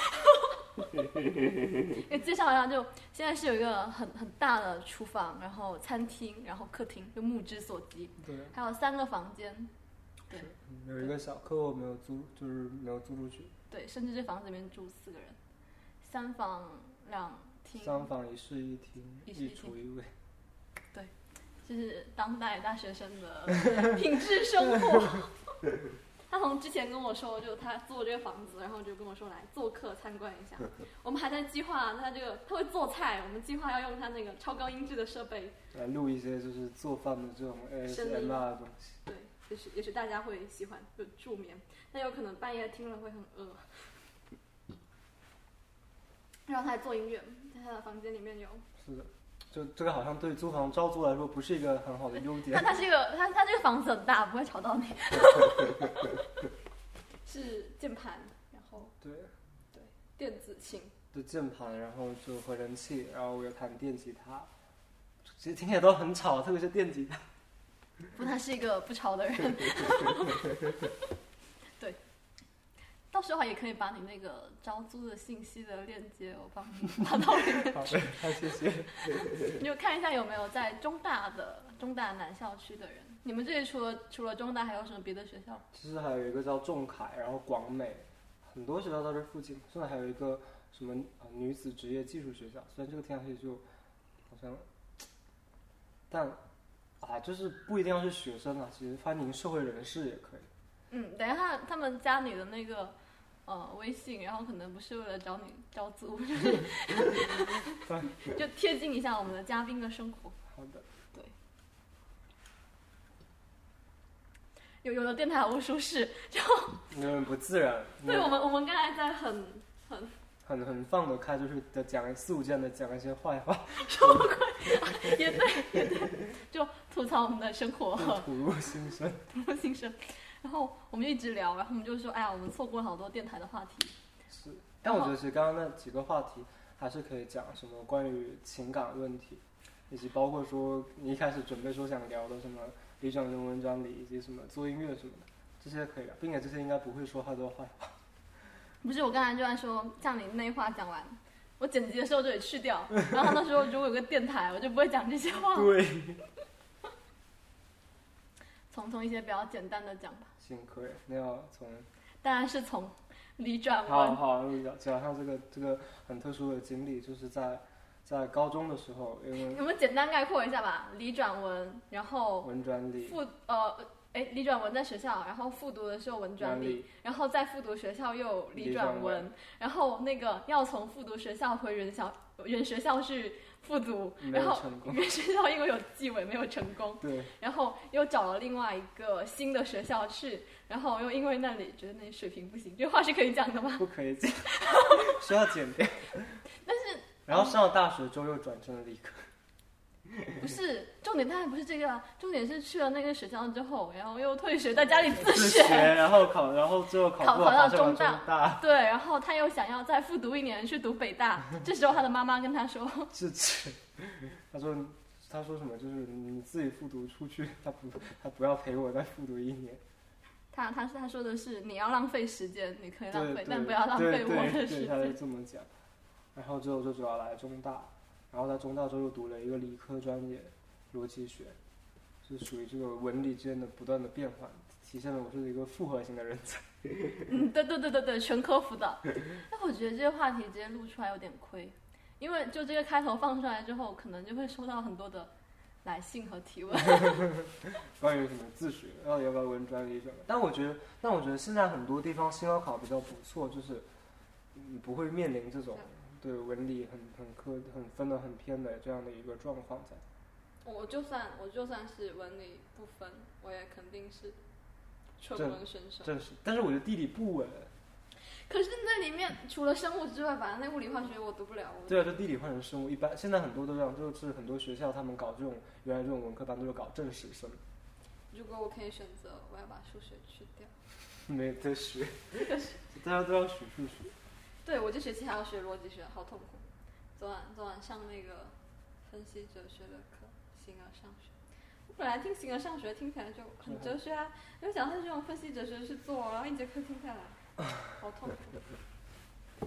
介绍一下，就现在是有一个很大的厨房，然后餐厅，然后客厅，就木质所及。 对。 还有3个房间。对。 有一个小客卧没有租，就是没有租出去。 对，甚至这房子里面住4个人，3房2厅。 3房1室1厅，1厨1卫。 对，这是当代大学生的品质生活。他从之前跟我说，就他租这个房子，然后就跟我说来做客参观一下。我们还在计划他会做菜，我们计划要用他那个超高音质的设备来录一些就是做饭的这种 ASMR 的东西。 对，也许大家会喜欢，就助眠，但有可能半夜听了会很饿。然后他还做音乐，在他的房间里面有。 是的。就这个好像对租房招租来说不是一个很好的优点。 他这个房子很大，不会吵到你。是键盘，然后对电子琴。 对键盘，然后就合成器，然后我有弹电吉他，其实听起来都很吵，特别是电吉他。 不，他是一个不吵的人。对。到时候也可以把你那个招租的信息的链接，我帮你发到里面去。 好的，太谢谢。 你就看一下有没有在中大南校区的人。你们这里除了中大还有什么别的学校？ 其实还有一个叫仲恺，然后广美，很多学校在这附近。现在还有一个什么女子职业技术学校，虽然这个听上去就好像，但就是不一定要是学生啊，其实欢迎社会人士也可以。 等一下他们加你的那个微信，然后可能不是为了找你招租，就是就贴近一下我们的嘉宾的生活。 好的。 对。有的电台好不舒适，就有点不自然。 对，我们刚才在很放得开，就是肆无忌惮的讲一些坏话。 什么鬼？也对，就吐槽我们的生活， 吐露心声， 吐露心声。然后我们就一直聊，然后我们就说，哎呀，我们错过了好多电台的话题。 是，但我觉得其实刚刚那几个话题还是可以讲什么关于情感问题，以及包括说你一开始准备说想聊的什么李转人文专利，以及什么做音乐什么的，这些可以聊，并且这些应该不会说太多坏话。 不是，我刚才就在说，像你那话讲完，我剪辑的时候就得去掉，然后那时候如果有个电台，我就不会讲这些话。 对。 从一些比较简单的讲吧。 行，可以。那要从， 当然是从李转文。 好，讲上这个很特殊的经历，就是在高中的时候，因为我们简单概括一下吧。李转文，然后文专利李转文在学校，然后复读的时候文专利，然后再复读学校又李转文，然后那个要从复读学校回原学校去复读，然后原学校因为有纪委没有成功， 对， 然后又找了另外一个新的学校去，然后又因为那里觉得那里水平不行，这话是可以讲的吗？ 不可以讲，需要剪掉。 但是， 然后上了大学之后又转成了理科。 不是重点，当然不是这个啊，重点是去了那个学校之后，然后又退学，在家里自学， 然后最后考到中大， 对，然后他又想要再复读1年去读北大，这时候他的妈妈跟他说， 支持，他说什么就是你自己复读出去，他不要陪我再复读1年。 他说的是你要浪费时间，你可以浪费， 对但不要浪费我的时间。 对，他就这么讲。然后之后就主要来中大。然后在中大之后又读了一个理科专业，逻辑学，是属于这个文理之间的不断的变换，体现了我是一个复合型的人才。 对，全科辅导。但我觉得这个话题直接录出来有点亏，因为就这个开头放出来之后，可能就会收到很多的来信和提问。 关于什么自学，然后要不要文专理专？但我觉得现在很多地方新高考比较不错，就是你不会面临这种。对文理很分得很偏的这样的一个状况在。 我就算是文理不分，我也肯定是纯文选手。 正是，但是我觉得地理不稳。 可是那里面除了生物之外，反正那物理化学我读不了。 对啊，就地理换成生物，一般现在很多都这样，就是很多学校他们搞这种原来这种文科班都是搞正史生。 如果我可以选择，我要把数学去掉。 没得学，大家都要学数学。 对，我这学期还要学逻辑学，好痛苦。昨晚上那个分析哲学的课，形而上学。我本来听形而上学听起来就很哲学啊，没有想到他这种分析哲学去做，然后一节课听下来，好痛苦。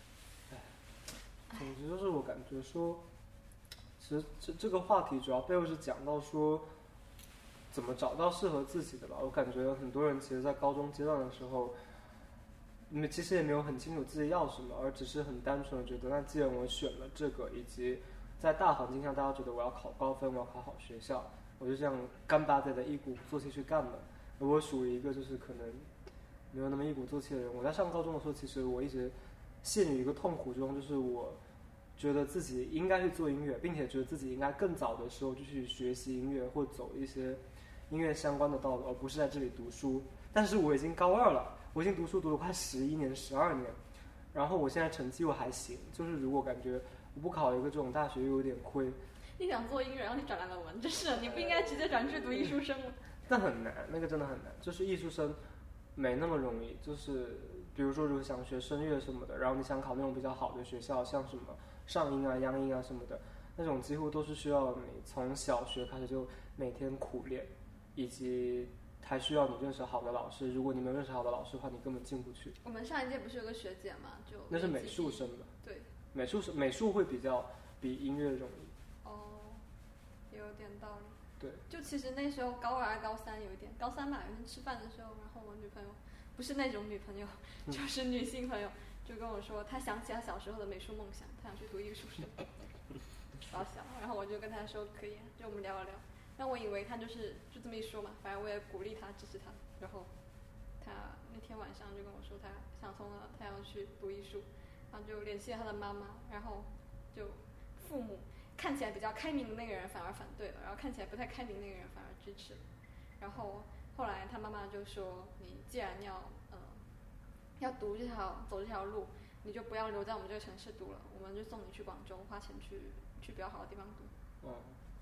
总之就是我感觉说，其实这个话题主要背后是讲到说，怎么找到适合自己的吧。我感觉很多人其实，在高中阶段的时候。其实也没有很清楚自己要什么，而只是很单纯的觉得，那既然我选了这个，以及在大环境下大家觉得我要考高分，我要考好学校，我就这样干巴的一鼓作气去干的。而我属于一个就是可能没有那么一鼓作气的人。我在上高中的时候，其实我一直陷于一个痛苦中，就是我觉得自己应该去做音乐，并且觉得自己应该更早的时候就去学习音乐或走一些音乐相关的道路，而不是在这里读书。但是我已经高2了。我已经读书读了快11年、12年，然后我现在成绩又还行，就是如果感觉我不考一个这种大学又有点亏。 你想做音乐，然后你转来了文，真是你不应该直接转去读艺术生吗？ 但很难，那个真的很难，就是艺术生没那么容易。就是比如说，如果想学声乐什么的，然后你想考那种比较好的学校，像什么上音啊、央音啊什么的，那种几乎都是需要你从小学开始就每天苦练，以及还需要你认识好的老师，如果你没有认识好的老师的话，你根本进不去。 我们上一届不是有个学姐嘛，就那是美术生的。 对， 美术会比音乐容易。 哦，也有点道理。 对， 就其实那时候高2、高3有一点，高3吧，有一天吃饭的时候，然后我女朋友不是那种女朋友，就是女性朋友，就跟我说，她想起她小时候的美术梦想，她想去读艺术生，好小。然后我就跟她说可以，就我们聊了聊。但我以为他就这么一说嘛，反正我也鼓励他支持他。然后他那天晚上就跟我说他想通了，他要去读艺术，然后就联系了他的妈妈，然后就父母看起来比较开明的那个人反而反对了，然后看起来不太开明那个人反而支持了。然后后来他妈妈就说，你既然要走这条路，你就不要留在我们这个城市读了，我们就送你去广州，花钱去比较好的地方读。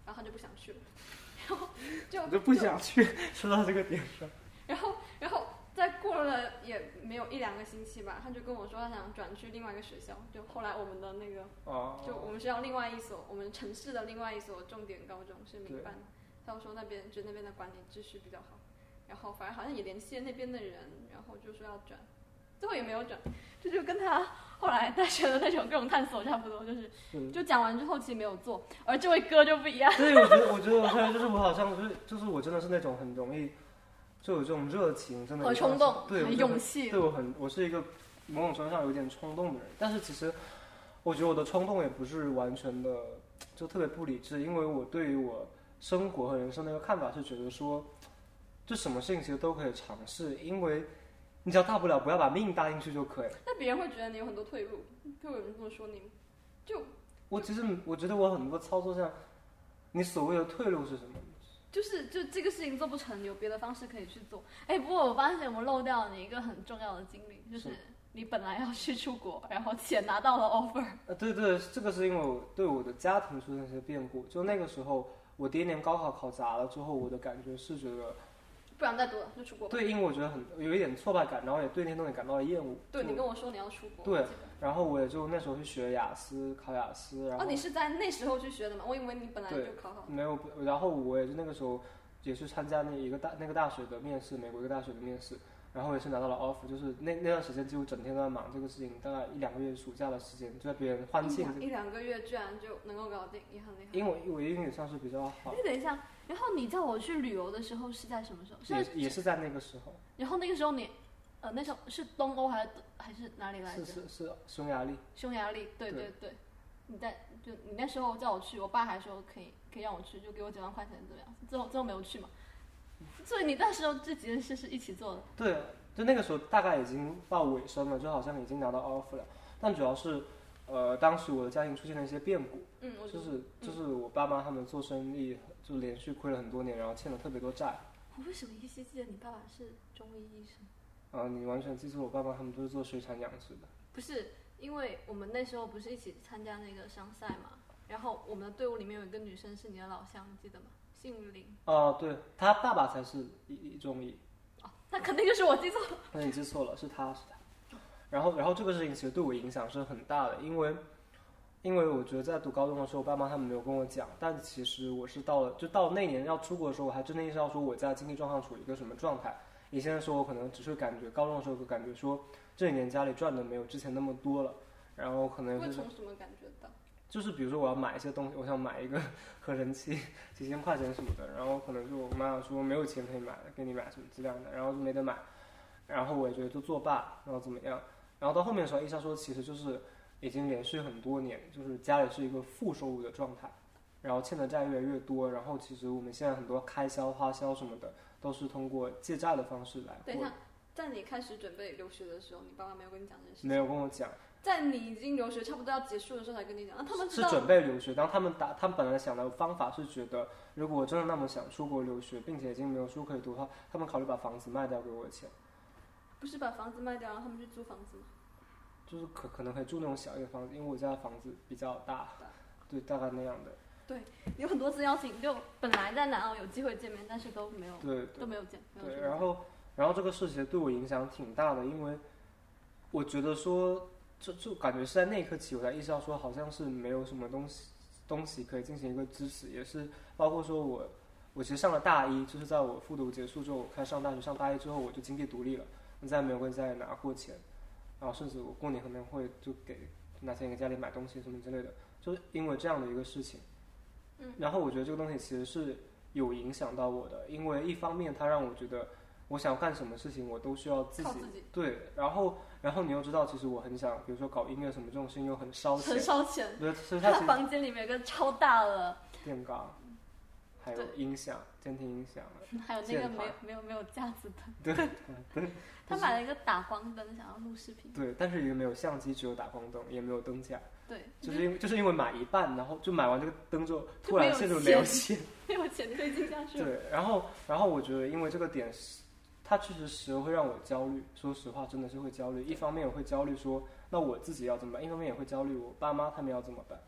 然后他就不想去了，然后我就不想去。说到这个点上， 然后再过了也没有1-2个星期吧，他就跟我说他想转去另外一个学校，就后来我们的那个，就我们学校另外一所，我们城市的另外一所重点高中是民办的，他就说那边的管理秩序比较好，然后反正好像也联系了那边的人，然后就说要转，最后也没有转，这就跟他后来大学的那种各种探索差不多，就讲完之后其实没有做，而这位哥就不一样。 对，我觉得我现在就是我好像就是我真的是那种很容易。就有这种热情，真的很冲动， 对， 很勇气。 对我是一个某种程度上有点冲动的人，但是其实我觉得我的冲动也不是完全的就特别不理智，因为我对于我生活和人生的一个看法是觉得说，就什么事情其实都可以尝试，因为你只要大不了不要把命搭进去就可以。 那别人会觉得你有很多退路，会有人这么说你，就我其实我觉得我很多操作上，你所谓的退路是什么？ 就这个事情做不成，有别的方式可以去做。哎，不过我发现我漏掉你一个很重要的经历，就是你本来要去出国，然后且拿到了 offer。 对，这个是因为我对我的家庭出现一些变故。就那个时候，我第1年高考考砸了之后，我的感觉是觉得不想再读了，就出国。 对，因为我觉得有一点挫败感，然后也对那些东西感到了厌恶。 对，你跟我说你要出国。 对，然后我也就那时候去学雅思，考雅思。然后你是在那时候去学的吗？我以为你本来就考好。 没有，然后我也是那个时候也是参加那个大学的面试，美国一个大学的面试，然后也是拿到了 offer， 就是那段时间几乎整天都在忙这个事情，大概1-2个月暑假的时间就在别人欢庆。 1-2个月居然就能够搞定，也很厉害。 因为我英语算是比较好。 等一下，然后你叫我去旅游的时候是在什么时候？ 也是在那个时候。 然后那个时候你，那时候是东欧还是哪里来着？ 是匈牙利。 匈牙利，对。你那时候叫我去，我爸还说可以让我去，就给我9万块钱怎么样？最后没有去嘛。所以你那时候这几件事是一起做的？ 对，就那个时候大概已经到尾声了，就好像已经拿到 offer 了，但主要是，当时我的家庭出现了一些变故，就是我爸妈他们做生意就连续亏了很多年，然后欠了特别多债。 我为什么依稀记得你爸爸是中医医生？ 你完全记住我爸爸他们都是做水产养殖的。 不是，因为我们那时候不是一起参加那个商赛嘛，然后我们的队伍里面有一个女生是你的老乡，你记得吗？姓林。 对，他爸爸才是中医。 那肯定就是我记错了。 那你记错了，是他。然后这个事情其实对我影响是很大的，因为我觉得在读高中的时候，爸妈他们没有跟我讲，但其实我是到了那年要出国的时候，我还真的意识到说我家经济状况处于一个什么状态。以前的时候我可能只是感觉高中的时候就感觉说这几年家里赚的没有之前那么多了，然后可能会从什么感觉到？ 就是比如说我要买一些东西，我想买一个合成器几千块钱什么的，然后可能就我妈说没有钱可以买，给你买什么质量的，然后就没得买，然后我也觉得就作罢，然后怎么样，然后到后面的时候意识到说其实就是已经连续很多年就是家里是一个负收入的状态，然后欠的债越来越多，然后其实我们现在很多开销花销什么的都是通过借债的方式来。 等一下，在你开始准备留学的时候，你爸妈没有跟你讲这件事情？ 没有跟我讲。 在你已经留学差不多要结束的时候才跟你讲，那他们知道是准备留学，然后他们本来想的方法是觉得，如果我真的那么想出国留学，并且已经没有书可以读的话，他们考虑把房子卖掉给我的钱。 不是把房子卖掉，让他们去租房子吗？ 就是可能可以住那种小一点房子，因为我家的房子比较大，对，大概那样的。 对，有很多次邀请，就本来在南澳有机会见面，但是都没有， 对， 都没有见。 对，然后这个事情对我影响挺大的，因为我觉得说。就感觉是在那一刻起，我才意识到说，好像是没有什么东西可以进行一个支持，也是包括说我其实上了大一，就是在我复读结束之后，我开始上大学，上大一之后我就经济独立了，再没有跟家里拿过钱，然后甚至我过年可能会就拿钱给家里买东西什么之类的，就是因为这样的一个事情。然后我觉得这个东西其实是有影响到我的，因为一方面它让我觉得我想要干什么事情我都需要自己对，然后你又知道其实我很想比如说搞音乐什么这种事情又很烧钱，对，所以他房间里面有个超大的电钢，还有音响监听音响， 还有那个没有架子灯， 对他买了一个打光灯想要录视频， 对，但是也没有相机，只有打光灯，也没有灯架， 对， 就是因为买一半，然后就买完这个灯之后突然陷入没有钱没有钱推进下去， 对，然后我觉得因为这个点它确实时而会让我焦虑，说实话真的是会焦虑。一方面我会焦虑说，那我自己要怎么办？一方面也会焦虑我爸妈他们要怎么办。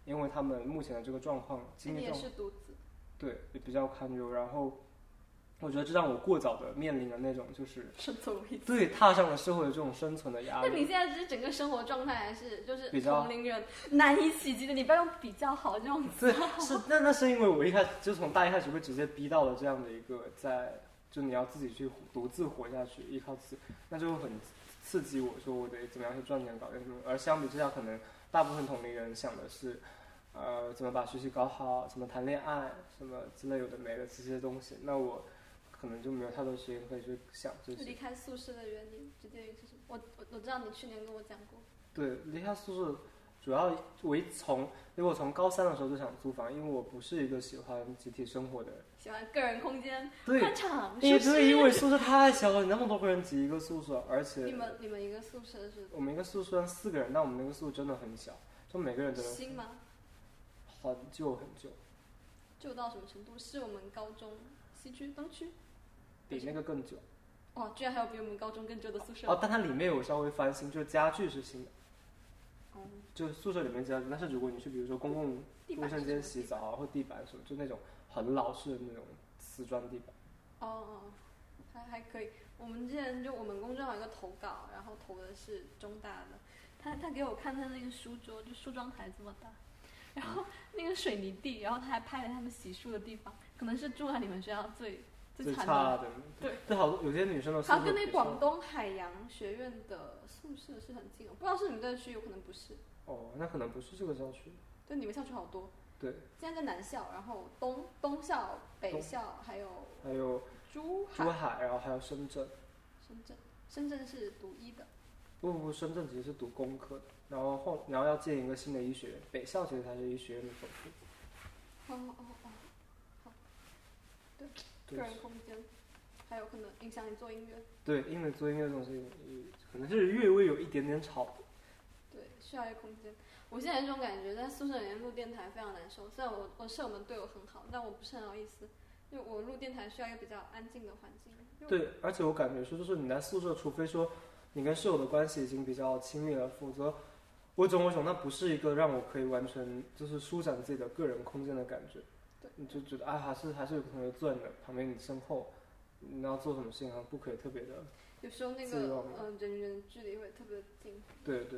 因为他们目前的这个状况，经济你也状况， 是独子， 对，也比较堪忧。然后我觉得这让我过早的面临了那种就是生存危机。 对踏上了社会的这种生存的压力。 那你现在是整个生活状态还是就是比较同龄人难以企及的？你不要用比较好这种词。 对，是那是因为我一开始就从大一开始被直接逼到了这样的一个就你要自己去独自活下去，依靠自己，那就会很刺激我说我得怎么样去赚钱搞点什么。而相比之下，可能大部分同龄人想的是，怎么把学习搞好，怎么谈恋爱，什么之类有的没的这些东西。那我可能就没有太多时间可以去想这些。 离开宿舍的原因，直接是什么？我知道你去年跟我讲过。 对，离开宿舍主要因为我从高3的时候就想租房，因为我不是一个喜欢集体生活的人， 喜欢个人空间， 对， 宽敞舒对， 适。 因为宿舍太小了，你那么多个人挤一个宿舍，而且你们一个宿舍是我们一个宿舍4个人，但我们那个宿舍真的很小，就每个人真的新吗？ 很旧很旧， 旧到什么程度？是我们高中西区东区？ 比那个更旧。 哇，居然还有比我们高中更旧的宿舍。 哦，但它里面有稍微翻新，就是家具是新的。就宿舍里面家具，但是如果你去比如说公共卫生间洗澡啊，或地板什么，就那种很老式的那种瓷砖地板。 哦，还可以。我们之前就我们公众有一个投稿，然后投的是中大的，他给我看他那个书桌，就梳妆台这么大，然后那个水泥地，然后他还拍了他们洗漱的地方，可能是住在你们学校最惨差的。 对， 好多有些女生的宿舍。 它跟那广东海洋学院的宿舍是很近的，不知道是你们这个区，有可能不是。 哦，那可能不是这个校区。 对，你们校区好多。 对。 现在在南校，然后东校、北校，还有珠海，然后还有深圳。 深圳是读医的。 不，深圳其实是读工科的，然后要建一个新的医学院，北校其实才是医学院的首府。好。对，个人空间，还有可能影响你做音乐。对， 因为做音乐这种事情，可能是略微有一点点吵的。 对，需要一个空间。我现在有这种感觉，在宿舍里面录电台非常难受。虽然我舍友们对我很好，但我不是很好意思，就我录电台需要一个比较安静的环境。 对，而且我感觉说，就是你在宿舍，除非说你跟室友的关系已经比较亲密了，否则我总有种那不是一个让我可以完全就是舒展自己的个人空间的感觉。 对， 你就觉得还是有个同学坐在你的旁边，你身后，你要做什么事情不可以特别的。 有时候那个人距离会特别近。 对。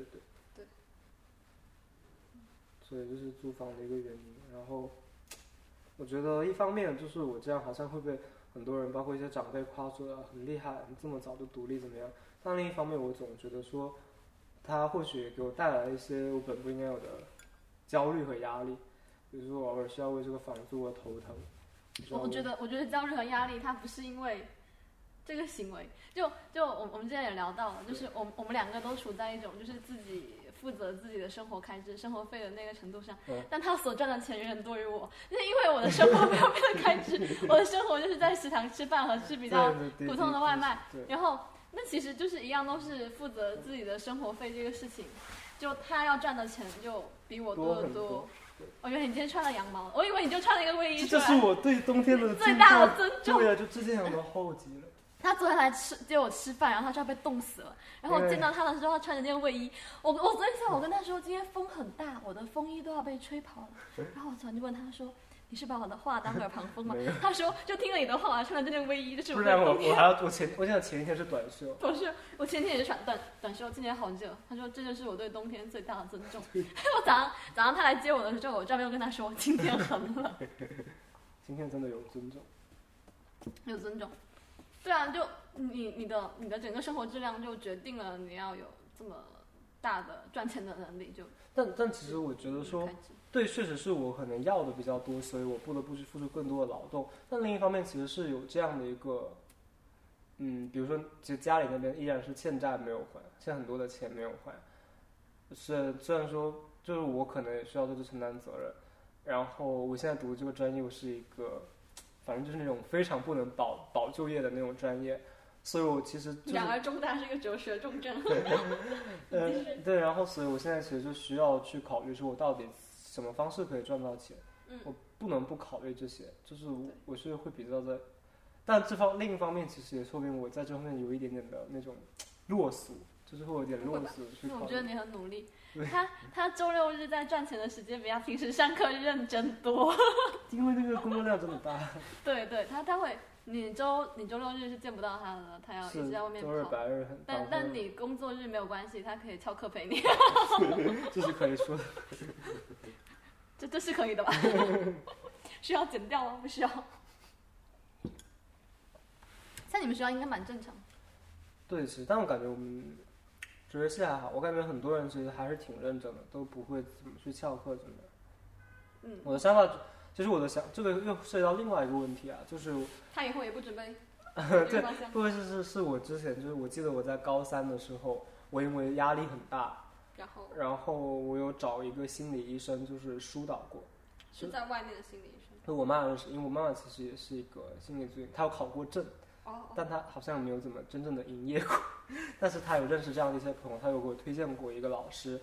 所以这是租房的一个原因。然后我觉得一方面就是我这样好像会被很多人包括一些长辈夸说很厉害，你这么早就独立怎么样，但另一方面我总觉得说他或许给我带来一些我本不应该有的焦虑和压力，比如说我偶尔需要为这个房租而头疼。 我觉得焦虑和压力它不是因为这个行为，就我们之前也聊到了，就是我们两个都处在一种就是自己负责自己的生活开支、生活费的那个程度上，但他所赚的钱远远多于我，就是因为我的生活没有别的开支，我的生活就是在食堂吃饭和吃比较普通的外卖，然后那其实就是一样都是负责自己的生活费这个事情，就他要赚的钱就比我多得多。我以为你今天穿了羊毛，我以为你就穿了一个卫衣出来。 这是我对冬天的最大的尊重。 对啊，就这样的厚极了。 他昨天来接我吃饭，然后他就要被冻死了。然后我见到他的时候，他穿着那个卫衣。我昨天下午我跟他说，今天风很大，我的风衣都要被吹跑了。然后我突然就问他说：“你是把我的话当耳旁风吗？”他说：“就听了你的话，我还穿了这件卫衣，就是不然我还要我现在前一天是短袖。 不是，我前天也是穿短袖，今天好热。他说这就是我对冬天最大的尊重。我早上他来接我的时候，我专门跟他说今天很冷。 今天真的有尊重。 有尊重。对啊，就你的整个生活质量就决定了你要有这么大的赚钱的能力，就但其实我觉得说，对，确实是我可能要的比较多，所以我不得不去付出更多的劳动。但另一方面，其实是有这样的一个，比如说，其实家里那边依然是欠债没有还，欠很多的钱没有还。虽然说，就是我可能也需要对这承担责任。然后我现在读的这个专业，我是一个。反正就是那种非常不能保就业的那种专业，所以我其实然而中大是一个哲学重镇。 对，然后所以我现在其实就需要去考虑说我到底什么方式可以赚到钱，我不能不考虑这些，就是我是会比较但另一方面其实也说明我在这方面有一点点的那种落俗， 就是会有点落子去考虑。 我觉得你很努力。他周六日在赚钱的时间比他平时上课认真多。 因为那个工作量真的大。 对对，他会，你周六日是见不到他的，他要一直在外面跑。 周日白日很。 但你工作日没有关系，他可以翘课陪你。 这是可以说的。 这是可以的吧？需要剪掉吗？不需要。在你们学校应该蛮正常。 对，其实但我感觉我们哲学系还好，我感觉很多人其实还是挺认真的，都不会怎么去翘课什么的。我的想法，其实这个又涉及到另外一个问题啊，就是他以后也不准备。 对，不会是我之前就是我记得我在高三的时候，我因为压力很大，然后我有找一个心理医生就是疏导过。 是在外面的心理医生。 就我妈认识，因为我妈妈其实也是一个心理咨询，她有考过证。但他好像没有怎么真正的营业过，但是他有认识这样的一些朋友，他有给我推荐过一个老师，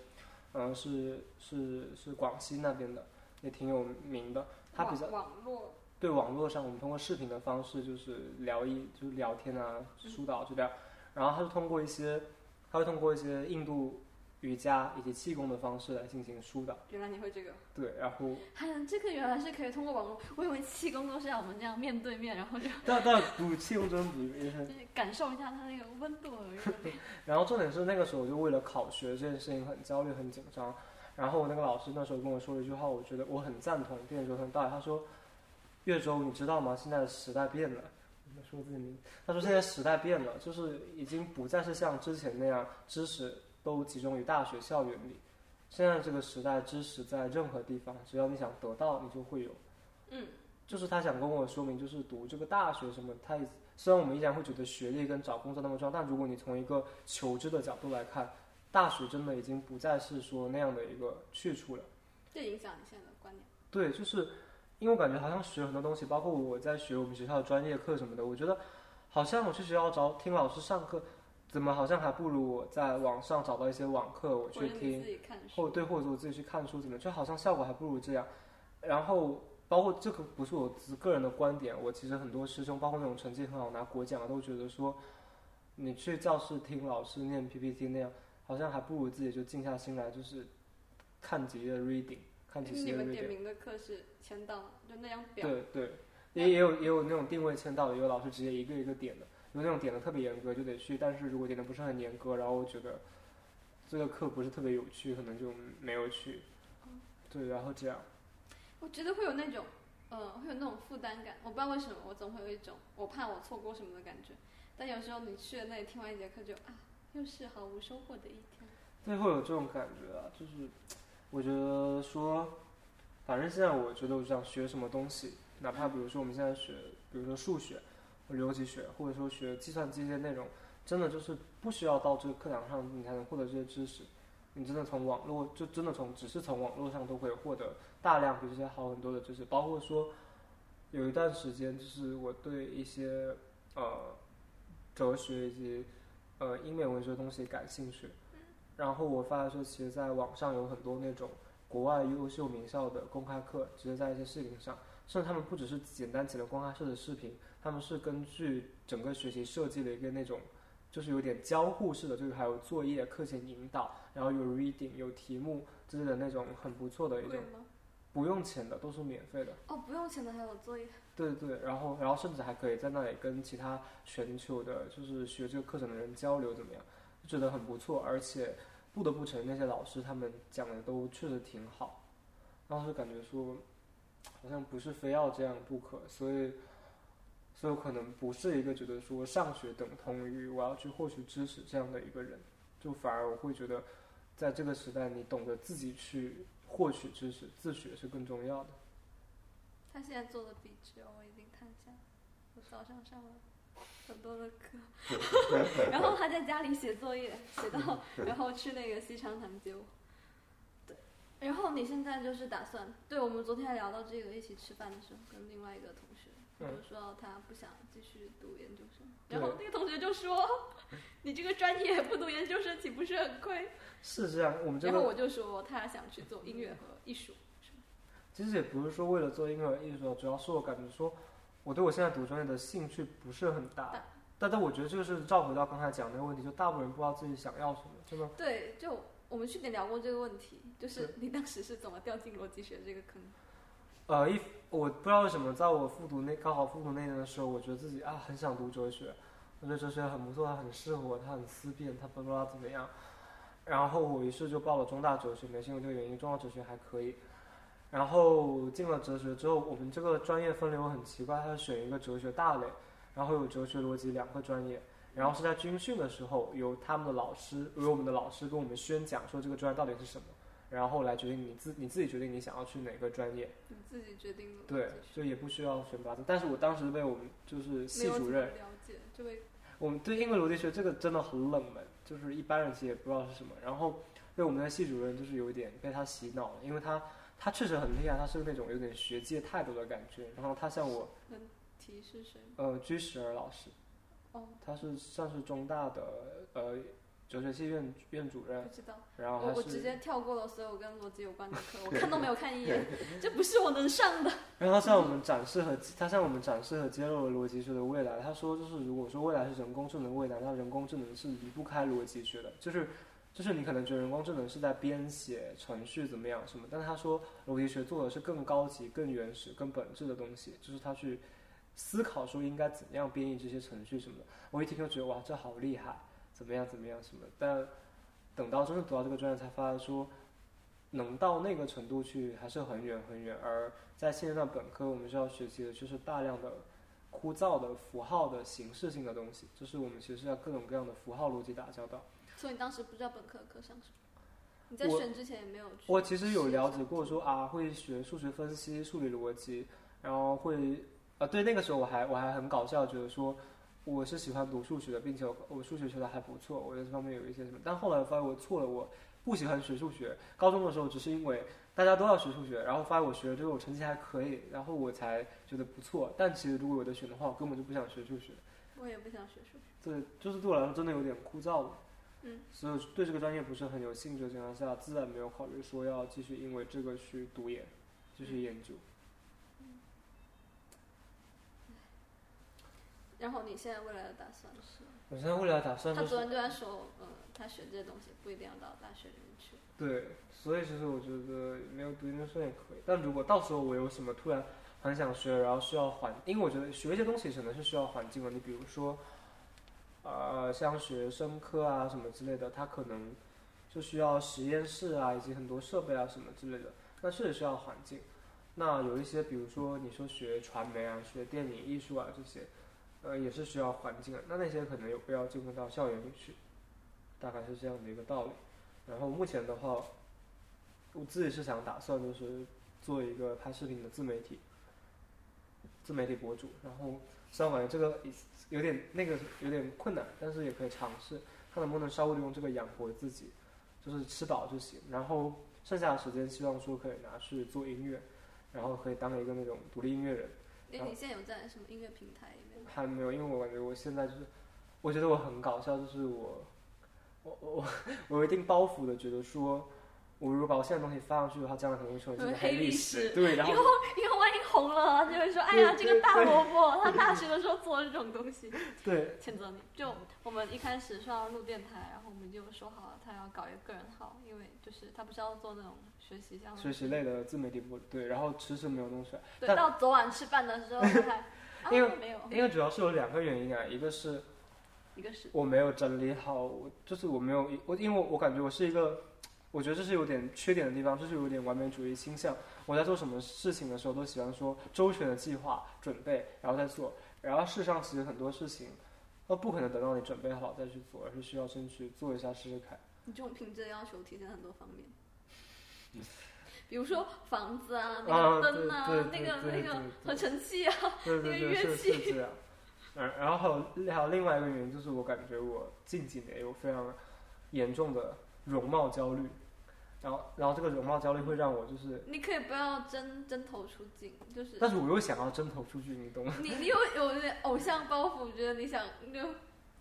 是广西那边的，也挺有名的。他比较对网络上，我们通过视频的方式就是聊天啊，疏导就这样。然后他会通过一些印度瑜伽以及气功的方式来进行疏导。 原来你会这个？ 对，然后这个原来是可以通过网络，我以为气功都是要我们这样面对面，然后就但不气功真不就是感受一下它那个温度而已。 然后重点是那个时候就为了考学这件事情很焦虑很紧张，然后我那个老师那时候跟我说了一句话，我觉得我很赞同，并且觉得很道理。他说：“岳州，你知道吗？现在的时代变了。”说自己名字，他说现在时代变了，就是已经不再是像之前那样知识都集中于大学校园里。现在这个时代，知识在任何地方，只要你想得到，你就会有。就是他想跟我说明，就是读这个大学什么，虽然我们依然会觉得学历跟找工作那么重要，但如果你从一个求知的角度来看，大学真的已经不再是说那样的一个去处了。 这影响你现在的观念？ 对，就是因为我感觉好像学很多东西，包括我在学我们学校的专业课什么的，我觉得好像我去学校听老师上课。怎么好像还不如我在网上找到一些网课我去听，或者我自己去看书，怎么就好像效果还不如这样。然后包括这个不是我个人的观点，我其实很多师兄，包括那种成绩很好拿国奖的，都觉得说，你去教室听老师念 PPT 那样，好像还不如自己就静下心来，就是看几页 reading， 看几页 reading。 你们点名的课是签到，就那样表。 对，也有那种定位签到的，也有老师直接一个一个点的。有那种点的特别严格就得去，但是如果点的不是很严格，然后我觉得这个课不是特别有趣，可能就没有去。对，然后这样。 我觉得会有那种负担感，我不知道为什么，我总会有一种我怕我错过什么的感觉。但有时候你去了那里听完一节课就又是毫无收获的一天。 对，会有这种感觉啊，就是我觉得说，反正现在我觉得我想学什么东西，哪怕比如说我们现在学，比如说数学。留级学，或者说学计算机这些内容，真的就是不需要到这个课堂上你才能获得这些知识，你真的从网络就真的只是从网络上都会获得大量比这些好很多的知识。包括说有一段时间，就是我对一些哲学以及英美文学的东西感兴趣，然后我发现说，其实在网上有很多那种国外优秀名校的公开课，直接在一些视频上，甚至他们不只是简单剪了公开课的视频。他们是根据整个学习设计了一个那种，就是有点交互式的，就是还有作业、课前引导，然后有 reading、有题目之类的那种很不错的一种，不用钱的，都是免费的。 不用钱的还有作业。 对，然后甚至还可以在那里跟其他全球的，就是学这个课程的人交流，怎么样？就觉得很不错，而且不得不承认那些老师他们讲的都确实挺好，当时感觉说，好像不是非要这样不可，所以我可能不是一个觉得说上学等同于我要去获取知识这样的一个人，就反而我会觉得，在这个时代，你懂得自己去获取知识，自学是更重要的。 他现在做的笔直我已经看下，我早上上了很多的课，然后他在家里写作业，写到然后去那个西昌堂接我。对，然后你现在就是打算，对，我们昨天还聊到这个，一起吃饭的时候跟另外一个同学。就说他不想继续读研究生，然后那个同学就说：“你这个专业不读研究生岂不是很亏？” 是这样，我们这个。 然后我就说他想去做音乐和艺术，是吗？ 其实也不是说为了做音乐和艺术，主要是我感觉说，我对我现在读专业的兴趣不是很大， 但我觉得这个是照回到刚才讲那个问题，就大部分人不知道自己想要什么，真的。 对，就我们去年聊过这个问题，就是你当时是怎么掉进逻辑学这个坑？ 我不知道为什么，在我刚好复读那年的时候，我觉得自己很想读哲学，我觉得哲学很不错，它很适合我，它很思辨，它不知道怎么样。然后我于是就报了中大哲学，没是因为这个原因，中大哲学还可以。然后进了哲学之后，我们这个专业分流很奇怪，它是选一个哲学大类，然后有哲学逻辑2个专业，然后是在军训的时候，由我们的老师跟我们宣讲说这个专业到底是什么，然后来决定你自己决定你想要去哪个专业。 你自己决定的。 对，就也不需要选拔的。但是我当时被我们就是系主任， 了解，就被我们对因为逻辑学这个真的很冷门，就是一般人其实也不知道是什么。然后被我们的系主任就是有一点被他洗脑了，因为他确实很厉害，他是那种有点学界态度的感觉。然后他像我， 能提是谁？ 居时而老师，他是算是中大的哲学系院主任。 不知道。 然后我直接跳过了所有跟逻辑有关的课，我看都没有看一眼，这不是我能上的。 然后他向我们展示和揭露了逻辑学的未来。他说，就是如果说未来是人工智能未来，那人工智能是离不开逻辑学的。就是你可能觉得人工智能是在编写程序怎么样什么，但是他说逻辑学做的是更高级、更原始、更本质的东西，就是他去思考说应该怎样编译这些程序什么的。我一听就觉得哇，这好厉害，怎么样什么。但等到真的读到这个专业，才发现说能到那个程度去还是很远很远。而在现阶段本科，我们需要学习的就是大量的枯燥的符号的形式性的东西，就是我们其实是要各种各样的符号逻辑打交道。 所以你当时不知道本科课上什么？你在选之前也没有去？ 我其实有了解过说会学数学分析、数理逻辑，然后会对，那个时候我还很搞笑，觉得说我是喜欢读数学的，并且我数学学的还不错，我在这方面有一些什么。但后来发现我错了，我不喜欢学数学。高中的时候只是因为大家都要学数学，然后发现我学了之后我成绩还可以，然后我才觉得不错。但其实如果有得选的话，我根本就不想学数学。 我也不想学数学。 对，就是对我来说真的有点枯燥了。所以对这个专业不是很有兴趣的情况下，自然没有考虑说要继续因为这个去读研，继续研究。 然后你现在未来的打算是？ 我现在未来打算他昨天对他说，他学这些东西不一定要到大学里面去。 对，所以其实我觉得没有读研究生也可以。但如果到时候我有什么突然很想学，然后需要因为我觉得学一些东西可能是需要环境的。你比如说。像学生科啊什么之类的，它可能就需要实验室啊，以及很多设备啊什么之类的，那确实需要环境。那有一些，比如说你说学传媒啊、学电影艺术啊这些，也是需要环境的。那些可能有必要进入到校园里去，大概是这样的一个道理。然后目前的话，我自己是想打算就是做一个拍视频的自媒体博主，然后虽然感觉这个有点困难，但是也可以尝试，看能不能稍微的用这个养活自己，就是吃饱就行。然后剩下的时间希望说可以拿去做音乐，然后可以当一个那种独立音乐人。 你现在有在什么音乐平台里面？ 还没有，因为我感觉我现在就是，我觉得我很搞笑，就是我有一定包袱的，觉得说。我如果把我现在的东西发上去的话，将来可能会成为黑历史。对，然后以后万一红了，就会说：“哎呀，这个大萝卜，他大学的时候做这种东西。” 对， 谴责你。就我们一开始说要录电台，然后我们就说好了，他要搞一个个人号，因为就是他不是要做那种学习类的自媒体博主，对，然后迟迟没有弄出来。 对，到昨晚吃饭的时候才因为主要是有2个原因啊，一个是我没有整理好，就是我没有因为我感觉我是一个。我觉得这是有点缺点的地方，这是有点完美主义倾向。我在做什么事情的时候，都喜欢说周全的计划、准备，然后再做。然后事实上，其实很多事情，不可能等到你准备好再去做，而是需要先去做一下试试看。 你这种品质的要求体现很多方面，比如说房子啊、那个灯啊、那个合成器啊、那个乐器。 是这样。然后还有另外一个原因，就是我感觉我近几年有非常严重的容貌焦虑。然后这个容貌焦虑会让我就是， 你可以不要针头出镜，就是。 但是我又想要针头出镜，你懂吗？ 你有点偶像包袱，觉得你想就。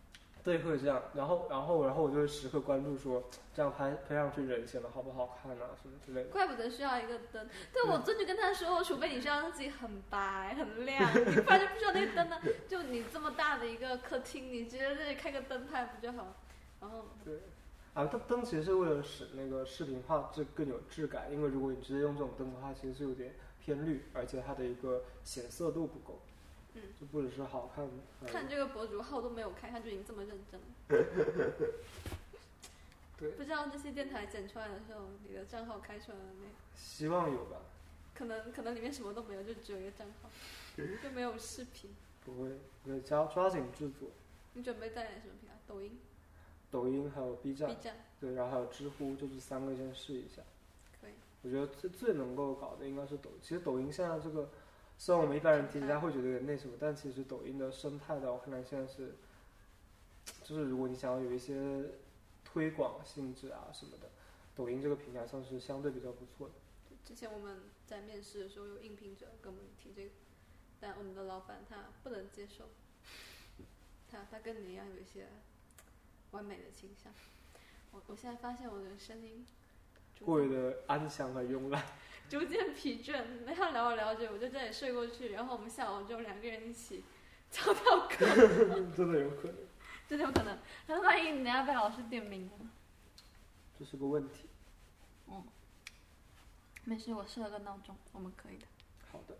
对，会这样。然后我就会时刻关注说，这样拍上去人显得好不好看啊，什么之类的。 怪不得需要一个灯。对，我这就跟他说，除非你需要让自己很白很亮，你不然就不需要那个灯呢。就你这么大的一个客厅，你直接这里开个灯牌不就好？然后对。灯其实是为了使那个视频画质更有质感，因为如果你直接用这种灯的话，其实是有点偏绿，而且它的一个显色度不够。就不只是好看。 看这个博主号都没有开，他就已经这么认真了。 对。 不知道这些电台剪出来的时候，你的账号开出来了没有？ 希望有吧。 可能里面什么都没有，就只有一个账号，就没有视频。 不会，我会抓紧制作。 你准备带什么平台？ 抖音还有 B 站。 B 站。 对，然后还有知乎，就这3个先试一下。 可以。 我觉得最能够搞的应该是抖音。其实抖音现在这个，虽然我们一般人提起来会觉得有点那什么，但其实抖音的生态的，我看来现在是，就是如果你想要有一些推广性质啊什么的，抖音这个平台上是相对比较不错的。 之前我们在面试的时候，有应聘者跟我们提这个，但我们的老板他不能接受，他跟你一样有一些完美的倾向。我现在发现我的声音过于的安详和慵懒， 逐渐疲倦。那样聊着聊着，我就这里睡过去，然后我们下午就2个人一起跳歌。 真的有可能。 真的有可能。那万一你要被老师点名了？ 这是个问题。 没事，我设了个闹钟，我们可以的。 好的。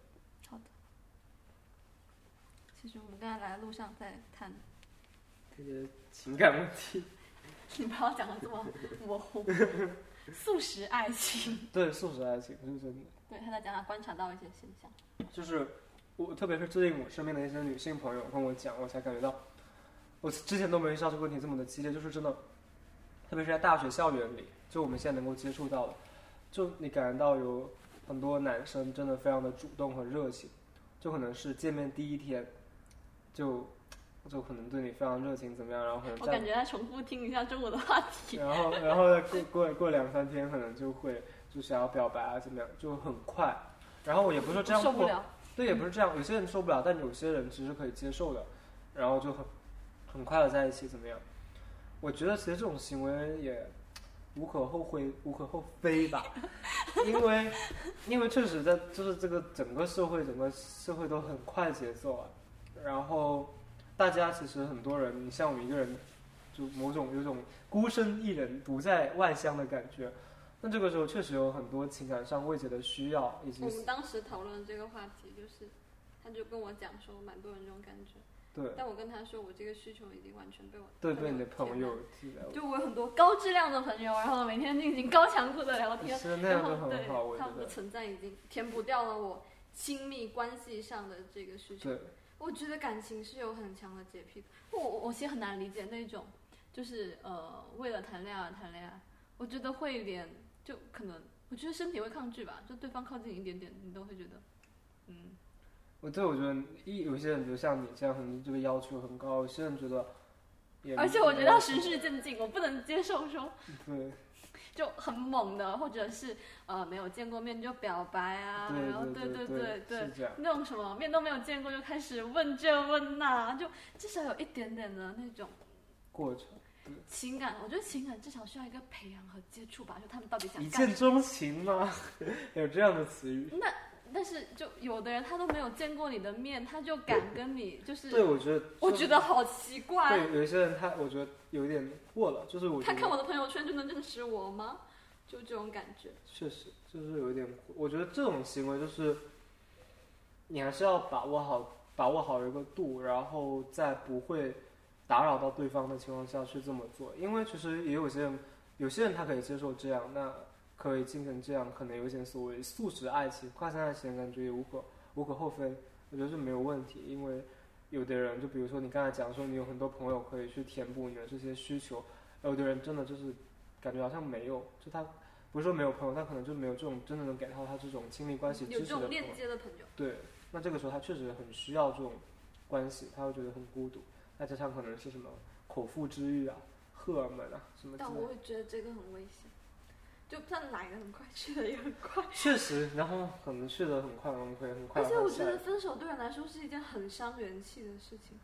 其实我们刚才来的路上在谈这些情感问题。 你不要讲的这么模糊。速食爱情。 对，速食爱情是真的。 对，他在讲他观察到一些现象。 就是特别是最近我身边的一些女性朋友跟我讲，我才感觉到，我之前都没意识到这个问题这么的激烈，就是真的，特别是在大学校园里，就我们现在能够接触到的，就你感觉到有很多男生真的非常的主动和热情，就可能是见面第1天，就可能对你非常热情怎么样，然后可能我感觉在重复听一下中午的话题。 然后再过2-3天，可能就想要表白啊怎么样，就很快。然后我也不是说这样受不了。 对，也不是这样，有些人受不了，但有些人其实可以接受的，然后就很快的在一起怎么样？我觉得其实这种行为也无可厚非吧，因为确实在就是这个整个社会都很快节奏啊，然后大家其实很多人，你像我一个人，就有种孤身一人独在外乡的感觉。那这个时候确实有很多情感上慰藉的需要，以及我们当时讨论这个话题，就是他就跟我讲说，蛮多人这种感觉。 对。 但我跟他说，我这个需求已经完全被你的朋友就我有很多高质量的朋友，然后每天进行高强度的聊天， 是那样就很好，我觉得他们的存在已经填补掉了我亲密关系上的这个需求。 对。 我觉得感情是有很强的洁癖的，我其实很难理解那种，就是为了谈恋爱而谈恋爱，我觉得会连就可能，我觉得身体会抗拒吧，就对方靠近一点点，你都会觉得， 我觉得有些人就像你这样，可能这个要求很高，有些人觉得也， 而且我觉得要循序渐进，我不能接受说， 对， 就很猛的，或者是没有见过面就表白啊，然后对，那种什么面都没有见过就开始问这问那，就至少有一点点的那种过程。 情感，我觉得情感至少需要一个培养和接触吧，就他们到底想一见钟情吗？有这样的词语？ 但是就有的人他都没有见过你的面，他就敢跟你就是， 对，我觉得好奇怪。 对，有一些人我觉得有点过了，就是他看我的朋友圈就能认识我吗？就这种感觉。 确实，就是有一点，我觉得这种行为就是你还是要把握好一个度，然后在不会打扰到对方的情况下去这么做，因为其实也有些人他可以接受这样，那可以进行这样，可能有一些所谓速食爱情、快餐爱情，感觉也无可厚非，我觉得是没有问题。因为有的人，就比如说你刚才讲说你有很多朋友可以去填补你的这些需求，有的人真的就是感觉好像没有，就他不是说没有朋友，他可能就没有这种真的能给到他这种亲密关系支持的朋友， 有这种链接的朋友。 对，那这个时候他确实很需要这种关系，他会觉得很孤独。再加上可能是什么口腹之欲啊、荷尔蒙啊什么之类的。 但我会觉得这个很危险，就算来的很快，去的也很快。 确实，然后可能去的很快，我们可以很快。 而且我觉得分手对人来说是一件很伤元气的事情。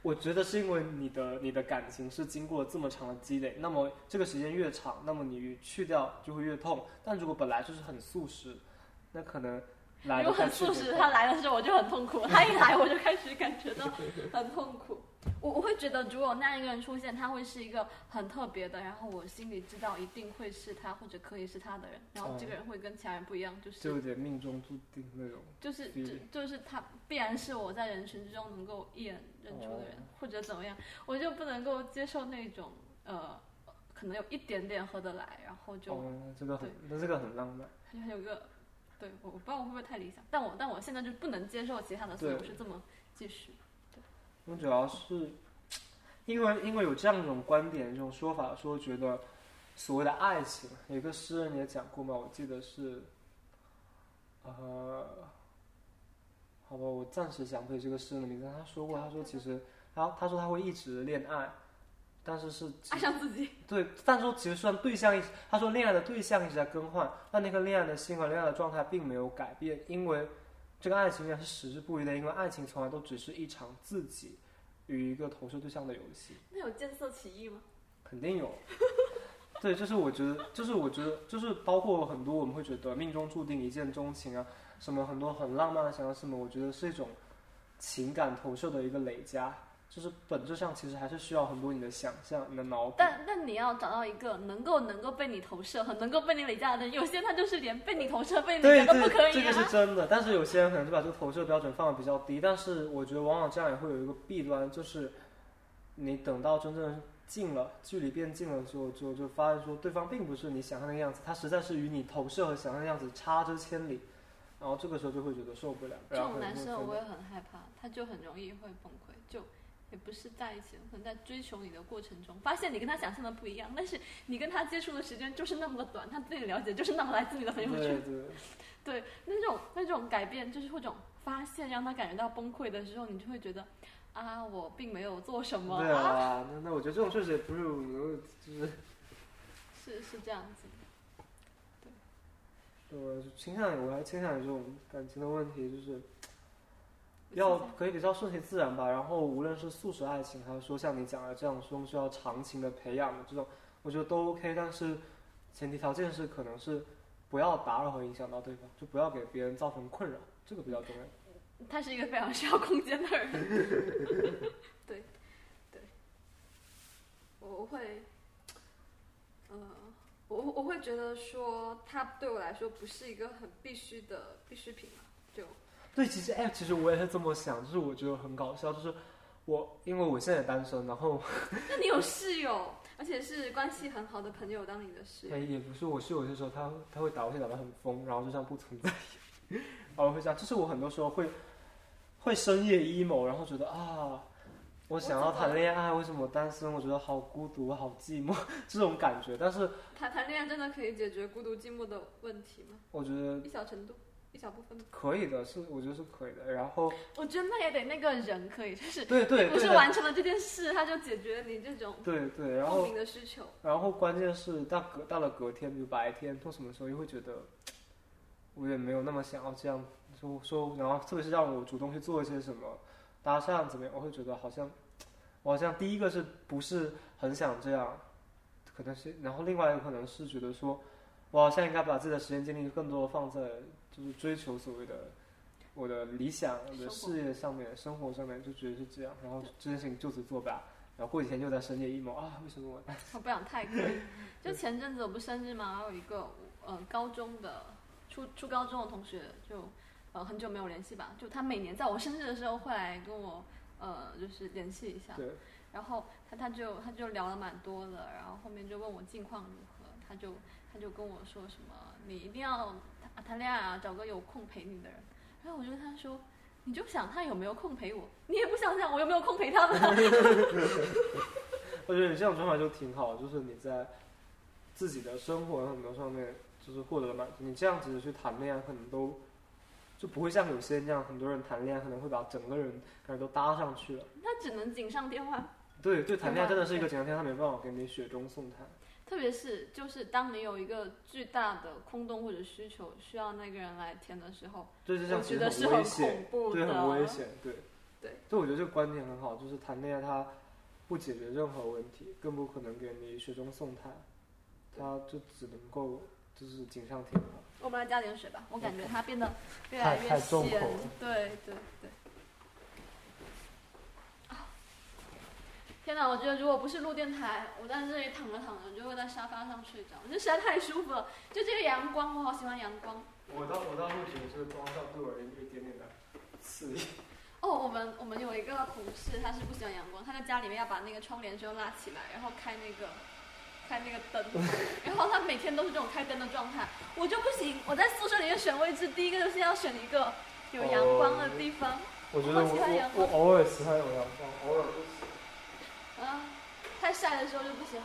我觉得是因为你的感情是经过了这么长的积累，那么这个时间越长，那么你去掉就会越痛。但如果本来就是很速食，那可能来如果很速食，他来的时候我就很痛苦，他一来我就开始感觉到很痛苦。我会觉得，如果那样一个人出现，他会是一个很特别的，然后我心里知道一定会是他或者可以是他的人，然后这个人会跟其他人不一样，就是就有点命中注定那种。 就是他必然是我在人群之中能够一眼认出的人，或者怎么样，我就不能够接受那种可能有一点点合得来，然后就这个很浪漫。 还有一个。对，我不知道我会不会太理想，但我现在就不能接受其他的，所以我是这么继续。 我主要是因为有这样一种观点，这种说法，说觉得所谓的爱情，有一个诗人也讲过嘛，我记得是，好吧，我暂时想不起这个诗人的名字。他说过，他说其实他说他会一直恋爱。但是爱上自己， 对，但是说其实虽然对象他说恋爱的对象一直在更换，但那个恋爱的心和恋爱的状态并没有改变，因为这个爱情也是实质不渝的，因为爱情从来都只是一场自己与一个投射对象的游戏。 那有见色起意吗？ 肯定有。对，就是我觉得，就是包括很多我们会觉得命中注定一见钟情啊，什么很多很浪漫的想法什么，我觉得是一种情感投射的一个累加。就是本质上其实还是需要很多你的想象、你的脑补。 但你要找到一个能够被你投射和能够被你累加的人，有些他就是连被你投射、被你累加都不可以、啊。 这个是真的。但是有些人可能就把这个投射标准放得比较低。但是我觉得往往这样也会有一个弊端，就是你等到真正近了，距离变近了之后，就发现说对方并不是你想象的样子，他实在是与你投射和想象的样子差之千里。然后这个时候就会觉得受不了。 这种男生我也很害怕，他就很容易会崩溃，就。也不是在一起，可能在追求你的过程中，发现你跟他想象的不一样，但是你跟他接触的时间就是那么的短，他对你了解就是那么来自你的朋友圈。对，那种改变就是或种发现让他感觉到崩溃的时候，你就会觉得啊，我并没有做什么。 对啊，那我觉得这种确实也不是就是是这样子。 对，我还倾向于这种感情的问题，就是。可以比较顺其自然吧，然后无论是速食爱情，还是说像你讲的这样说需要长情的培养的这种，我觉得都 OK， 但是前提条件是可能是不要打扰和影响到对方，就不要给别人造成困扰，这个比较重要。 他是一个非常需要空间的人。对，我会，我会觉得说他对我来说不是一个很必需的必需品嘛，就。 对，其实我也是这么想，就是我觉得很搞笑，就是因为我现在也单身，然后那你有室友，而且是关系很好的朋友当你的室友？ 也不是，我室友有些时候他会打游戏打得很疯，然后就像不存在一样，然后会这样，就是我很多时候会深夜 emo， 然后觉得啊，我想要谈恋爱，为什么单身？我觉得好孤独，好寂寞，这种感觉。但是谈恋爱真的可以解决孤独寂寞的问题吗？ 我觉得一小程度。一小部分可以的，我觉得是可以的。然后我觉得那也得那个人可以，就是对， 不是完成了这件事，他就解决了你这种对，然后莫名的需求。 然后关键是到了隔天，比如白天或什么时候，又会觉得我也没有那么想要这样说，然后特别是让我主动去做一些什么搭讪怎么样，我会觉得我好像第一个是不是很想这样，可能是，然后另外一个可能是觉得说，我好像应该把自己的时间精力更多的放在就是追求所谓的我的理想、我的事业上面、生活上面，就觉得是这样，然后这件事情就此作罢。然后过几天又在深夜 emo 啊，为什么我不想太亏。就前阵子我不生日嘛，还有一个高中的初高中的同学，就很久没有联系吧，就他每年在我生日的时候会来跟我就是联系一下。 对。 然后他就聊了蛮多的，然后后面就问我近况如何，他就跟我说什么你一定要谈恋爱啊，找个有空陪你的人。然后我就跟他说，你就想他有没有空陪我，你也不想想我有没有空陪他们。 我觉得你这种方法就挺好，就是你在自己的生活很多上面就是获得了满足。你这样子去谈恋爱，可能都就不会像有些人这样，很多人谈恋爱可能会把整个人感觉都搭上去了。 他只能锦上添花。 对，谈恋爱真的是一个锦上添花，他没办法给你雪中送炭。 特别是就是当你有一个巨大的空洞或者需求需要那个人来填的时候， 对，这样我觉得是很恐怖的， 对，很危险，对。 对， 就我觉得这个观点很好，就是谈恋爱它不解决任何问题，更不可能给你雪中送炭，它就只能够就是锦上添花。 我们来加点水吧，我感觉它变得越来越太重口咸了。 对。天哪，我觉得如果不是录电台，我在这里躺着躺着就会在沙发上睡着，我觉得实在太舒服了。就这个阳光，我好喜欢阳光。 我倒会觉得这个光照对我而言有一点点的刺激。 哦，我们有一个同事，他是不喜欢阳光，他在家里面要把那个窗帘就拉起来，然后开那个灯，然后他每天都是这种开灯的状态。我就不行，我在宿舍里面选位置，第一个就是要选一个有阳光的地方。 我觉得我偶尔喜欢有阳光，偶尔不喜欢。 太晒的时候就不行了。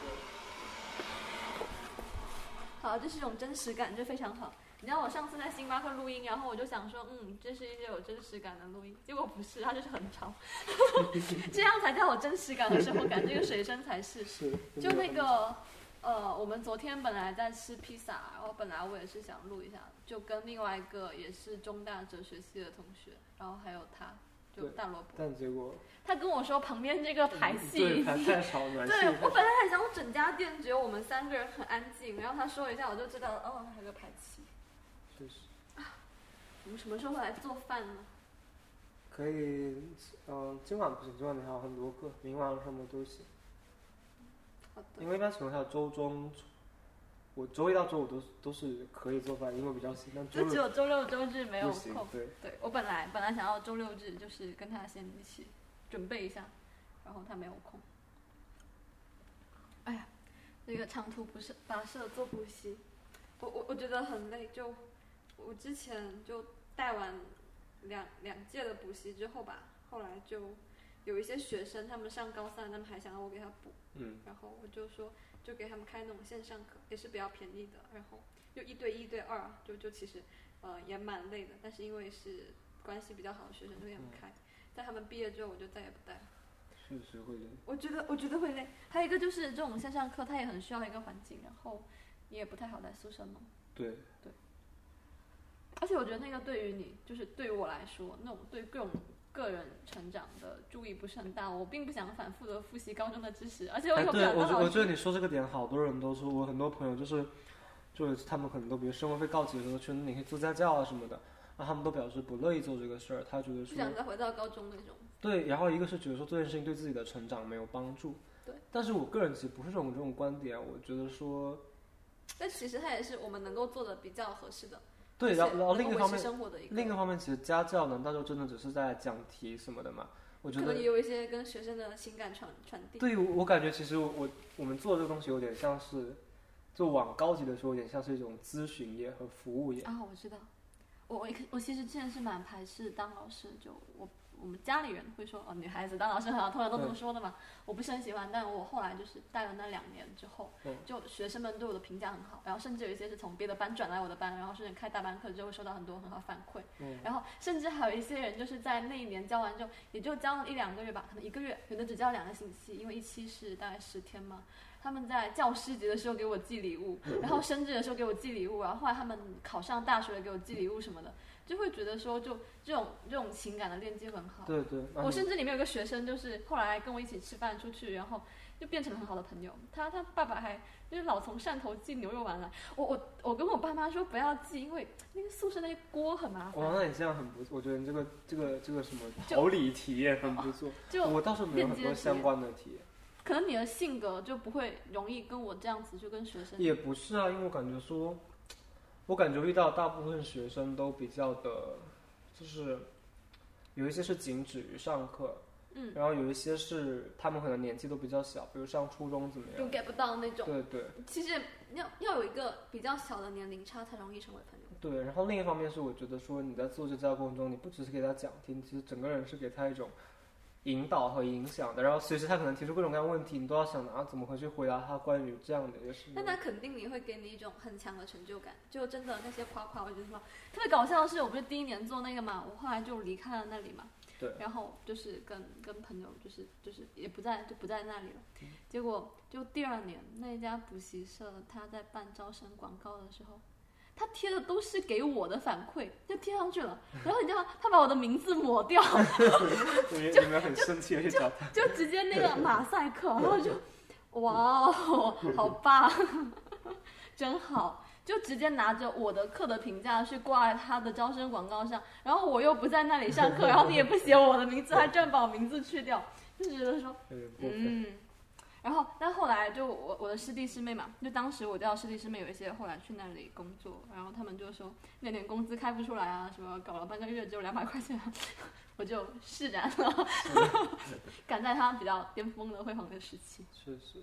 好，这是一种真实感，这非常好。你知道我上次在星巴克录音，然后我就想说，这是一些有真实感的录音，结果不是，它就是很吵。这样才叫有真实感和生活感，这个水声才是。就那个我们昨天本来在吃披萨，然后本来我也是想录一下，就跟另外一个也是中大哲学系的同学，然后还有他。就大萝卜， 但结果他跟我说旁边这个排气， 对排太少，暖气。 对，我本来还想整家店只有我们3个人很安静，然后他说一下我就知道，还有个排气。 确实。 我们什么时候会来做饭呢？ 可以，今晚不行，今晚你还有很多课，明晚什么都行。 好的。 因为一般情况下周中。我周一到周五都是可以做饭，因为比较闲。但就只有周六周日没有空。 对， 我本来想要周六日就是跟他先一起准备一下，然后他没有空。哎呀，那个长途跋涉做补习，我觉得很累。就我之前就带完两届的补习之后吧，后来就有一些学生他们上高3，他们还想要我给他补。然后我就说。就给他们开那种线上课，也是比较便宜的，然后就1对1对2，就其实也蛮累的，但是因为是关系比较好的学生，就给他们开。在他们毕业之后，我就再也不带了。 确实会累。 我觉得会累。还有一个就是这种线上课，它也很需要一个环境，然后你也不太好在宿舍弄。 对。 而且我觉得那个对于你，就是对于我来说，那种对各种个人成长的注意不是很大，我并不想反复的复习高中的知识，而且我又不想当老师。 我觉得你说这个点，好多人都说，我很多朋友就是他们可能都比如生活费告急的时候，去你可以做家教啊什么的，然后他们都表示不乐意做这个事儿，他觉得说不想再回到高中那种。 对，然后一个是觉得说这件事情对自己的成长没有帮助。 对。但是我个人其实不是这种观点，我觉得说， 但其实它也是我们能够做的比较合适的。 对，然后另一个方面，其实家教难道就真的只是在讲题什么的吗？我觉得可能也有一些跟学生的情感传递。 对，我感觉其实我们做的这个东西有点像是，就往高级的说，有点像是一种咨询业和服务业。 我知道，我其实之前是蛮排斥当老师，就我们家里人会说女孩子当老师很好，通常都这么说的嘛。我不是很喜欢，但我后来就是带了那2年之后，就学生们对我的评价很好，然后甚至有一些是从别的班转来我的班，然后甚至开大班课之后收到很多很好反馈。然后甚至还有一些人就是在那一年教完之后，也就教了1-2个月吧，可能1个月，有的只教2个星期，因为一期是大概10天嘛。他们在教师节的时候给我寄礼物，然后生日的时候给我寄礼物，然后后来他们考上大学给我寄礼物什么的，就会觉得说就这种情感的链接很好。 对。 我甚至里面有个学生，就是后来跟我一起吃饭出去，然后就变成了很好的朋友。他爸爸还就是老从汕头寄牛肉丸来，我跟我爸妈说不要寄，因为那个宿舍那些锅很麻烦。 那你这样很不错，我觉得你这个什么逃离体验很不错。我倒是没有很多相关的体验。 可能你的性格就不会容易跟我这样子，就跟学生。 也不是啊，因为我感觉说，我感觉遇到大部分学生都比较的，就是有一些是仅止于上课，然后有一些是他们可能年纪都比较小，比如上初中怎么样， 就 get 不到那种。 对。 其实要有一个比较小的年龄差才容易成为朋友。 对，然后另一方面是我觉得说你在做这教过程中，你不只是给他讲听，其实整个人是给他一种引导和影响的，然后随时他可能提出各种各样的问题，你都要想怎么回去回答他关于这样的一个事情。 但他肯定你会给你一种很强的成就感，就真的那些夸，我觉得说特别搞笑的是，我不是第1年做那个嘛，我后来就离开了那里嘛。 对。 然后就是跟朋友就是也不在那里了。结果就第2年那家补习社他在办招生广告的时候， 他贴的都是给我的反馈，就贴上去了。然后你知道吗？他把我的名字抹掉， 你们很生气去找他， 就直接那个马赛克，然后就，哇哦，好棒，真好，就直接拿着我的课的评价去挂在他的招生广告上。然后我又不在那里上课，然后你也不写我的名字，还专把我名字去掉，就觉得说，然后，但后来就我的师弟师妹嘛，就当时我教师弟师妹有一些后来去那里工作，然后他们就说那点工资开不出来啊，什么搞了半个月只有200块钱，我就释然了，赶在他比较巅峰的辉煌的时期。 确实。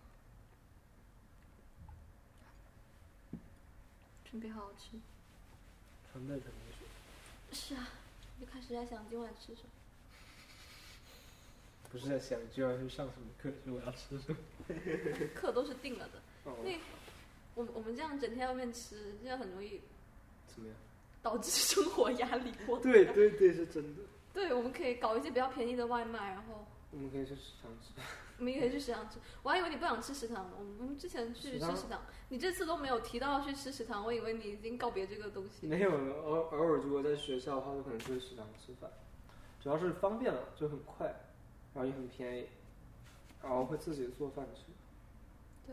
准备好好吃。 川贝肯定是啊，就开始在想今晚吃什么。 不是在想就要去上什么课，是我要吃什么。 课都是定了的。 哦。 我们这样整天外面吃，这样很容易怎么样？ 导致生活压力过大。 对，是真的。 对，我们可以搞一些比较便宜的外卖，然后我们可以去食堂吃。 我们也可以去食堂吃。我还以为你不想吃食堂，我们之前去吃食堂，你这次都没有提到要去吃食堂，我以为你已经告别这个东西。 没有，偶尔如果在学校的话，就可能去食堂吃饭，主要是方便了，就很快，然后也很便宜，然后会自己做饭吃。 对。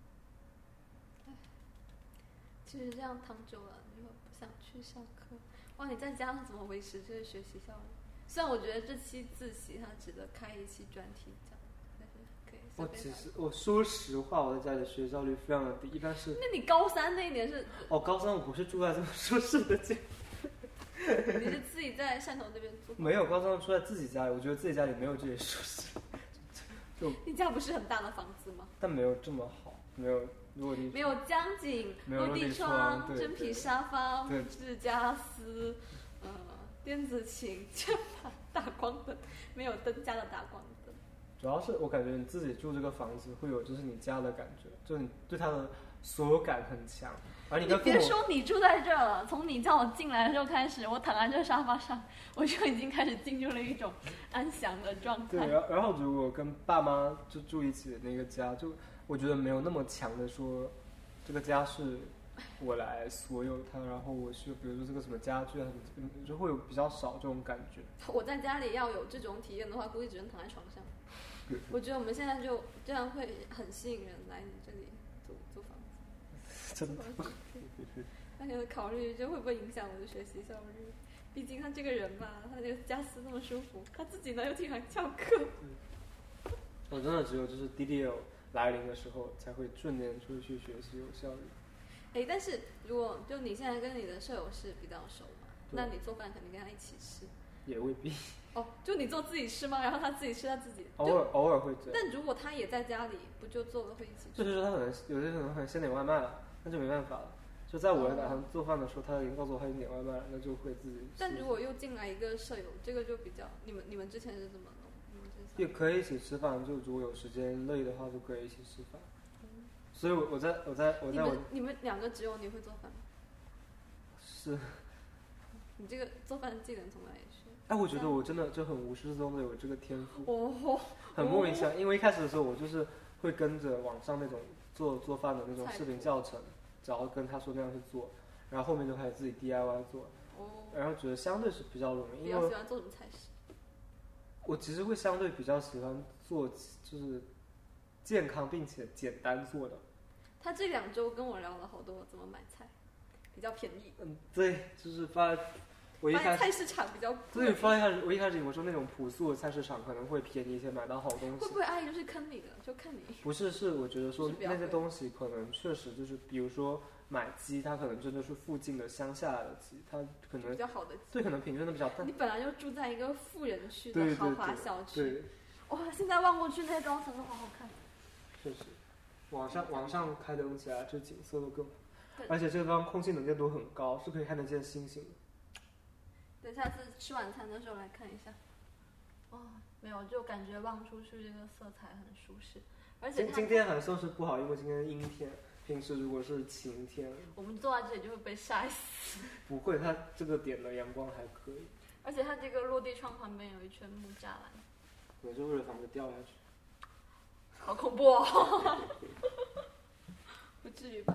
其实这样躺久了，你又不想去上课。哇，你在家上怎么维持这个学习效率？虽然我觉得这期自习它值得开一期专题讲，但是可以。 其实我说实话，我在家里学习效率非常的低，一般是。 那你高3那一年是？ 高3我不是住在这么舒适的家。 你是自己在汕头那边住？ 没有，高3住在自己家里，我觉得自己家里没有这些舒适。 你家不是很大的房子吗？ 但没有这么好，没有落地， 没有江景，落地窗，真皮沙发，木质家私，电子琴，键盘，大光灯，没有灯架的大光灯。 主要是我感觉你自己住这个房子会有就是你家的感觉，就你对它的所有感很强。而你跟父母， 别说你住在这儿了，从你叫我进来的时候开始，我躺在这沙发上，我就已经开始进入了一种安详的状态。 对，然后如果跟爸妈就住一起的那个家，就我觉得没有那么强的说，这个家是我来所有它，然后我需要比如说这个什么家具啊什么，就会有比较少这种感觉。 我在家里要有这种体验的话，估计只能躺在床上。我觉得我们现在就这样会很吸引人来你这里租房子。 真的。 那你考虑这会不会影响我的学习效率？毕竟他这个人吧，他这个家私那么舒服，他自己呢又经常翘课。 我真的只有就是 DDL 来临的时候才会瞬间出去学习有效率。 但是如果就你现在跟你的舍友是比较熟嘛，那你做饭肯定跟他一起吃。 也未必。 就你做自己吃吗？然后他自己吃他自己。 偶尔会这样。 但如果他也在家里，不就做了会一起吃？ 就是说他可能有些可能先点外卖了，那就没办法了。就在我打算做饭的时候，他已经告诉我他已经点外卖了，那就会自己。 但如果又进来一个舍友，这个就比较，你们之前是怎么弄？ 也可以一起吃饭，就如果有时间累的话，就可以一起吃饭。所以我在你们2个只有你会做饭吗？ 是。 你这个做饭技能从哪里学？ 我觉得我真的就很无师中的有这个天赋。很莫名其妙，因为一开始的时候我就是会跟着网上那种做饭的那种视频教程，然后跟他说那样去做，然后后面就开始自己 DIY 做。然后觉得相对是比较容易。 比较喜欢做什么菜式？ 我其实会相对比较喜欢做就是健康并且简单做的。 他这2周跟我聊了好多怎么买菜，比较便宜。 对，就是我一开始菜市场比较贵。 对，我一开始我说那种朴素的菜市场可能会便宜一些，买到好东西。 会不会阿姨就是坑你的？就看你。 不是，是我觉得说那些东西可能确实就是，比如说买鸡，它可能真的是附近的乡下来的鸡，它可能比较好的鸡。 对，可能品质都比较淡。 你本来就住在一个富人区的豪华小区。 对。 哇，现在望过去那些高层都好好看。 确实，往上开灯起来，这景色都更好。而且这个地方空气能见度很高，是可以看得见星星的。 等下次吃晚餐的时候来看一下。没有，就感觉望出去这个色彩很舒适，而且今天还算是不好，因为今天阴天。平时如果是晴天， 我们坐在这里就会被晒死。 不会，它这个点的阳光还可以。 而且它这个落地窗旁边有一圈木栅栏。 我就为了防止掉下去。 好恐怖哦！不至于吧？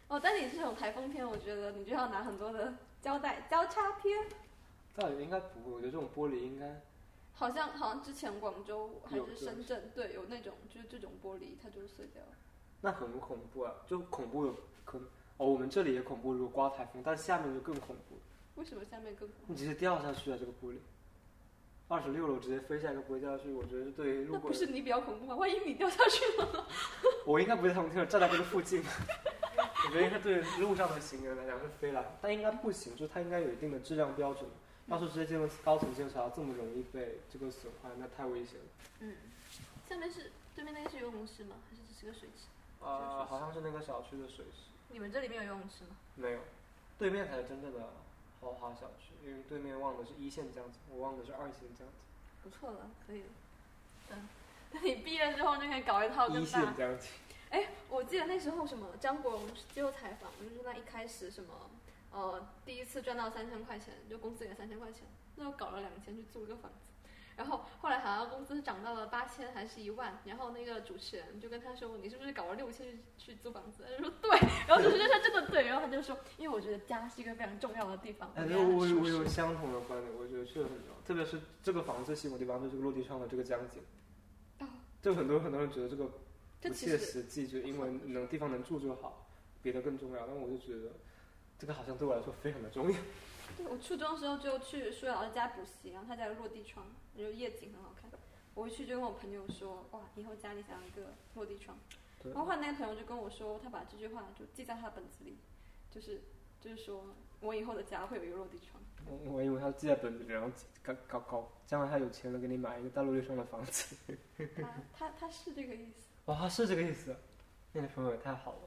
哦，但你这种台风天，我觉得你就要拿很多的胶带交叉贴。 倒也应该不会，我觉得这种玻璃应该好像之前广州还是深圳，对，有那种就是这种玻璃它就碎掉了。 那很恐怖啊！就恐怖有可能哦，我们这里也恐怖，如果刮台风，但下面就更恐怖。 为什么下面更恐怖？ 你直接掉下去啊！这个玻璃，26楼直接飞下一个玻璃掉下去，我觉得对于路过。 那不是你比较恐怖吗？万一你掉下去了？ 我应该不会从天站在这个附近。我觉得应该对路上的行人来讲是飞来，但应该不行，就它应该有一定的质量标准。要是直接进入高层建筑桥，这么容易被这个损坏，那太危险了。 下面是对面那个是游泳池吗？还是只是个水池？ 好像是那个小区的水池。 你们这里面有游泳池吗？ 没有，对面才是真正的豪华小区，因为对面望的是1线江景，我望的是2线江景。 不错了，可以了。等你毕业之后就可以搞一套更大。 1线江景。 哎，我记得那时候什么张国荣接受采访，就是那一开始什么第一次赚到3000块钱，就工资给3000块钱，那时候搞了2000去租了个房子，然后后来好像工资涨到了8000还是1万，然后那个主持人就跟他说你是不是搞了6000去租房子？他就说对，然后主持人说真的对，然后他就说因为我觉得家是一个非常重要的地方。 我有相同的观点，我觉得确实很重要，特别是这个房子吸引我的地方就是这个落地窗的这个江景。就很多人觉得这个不切实际，就因为地方能住就好，别的更重要。但我就觉得这个好像对我来说非常的重要。 对，我初中的时候就去数学老师家补习，然后他家有落地窗，就夜景很好看。我回去就跟我朋友说，哇，以后家里想要一个落地窗。然后后来那个朋友就跟我说，他把这句话就记在他本子里，就是说我以后的家会有一个落地窗。 我以为他记在本子里，然后搞，将来他有钱了给你买一个大落地窗的房子。 他是这个意思。 哇，他是这个意思，那个朋友也太好了。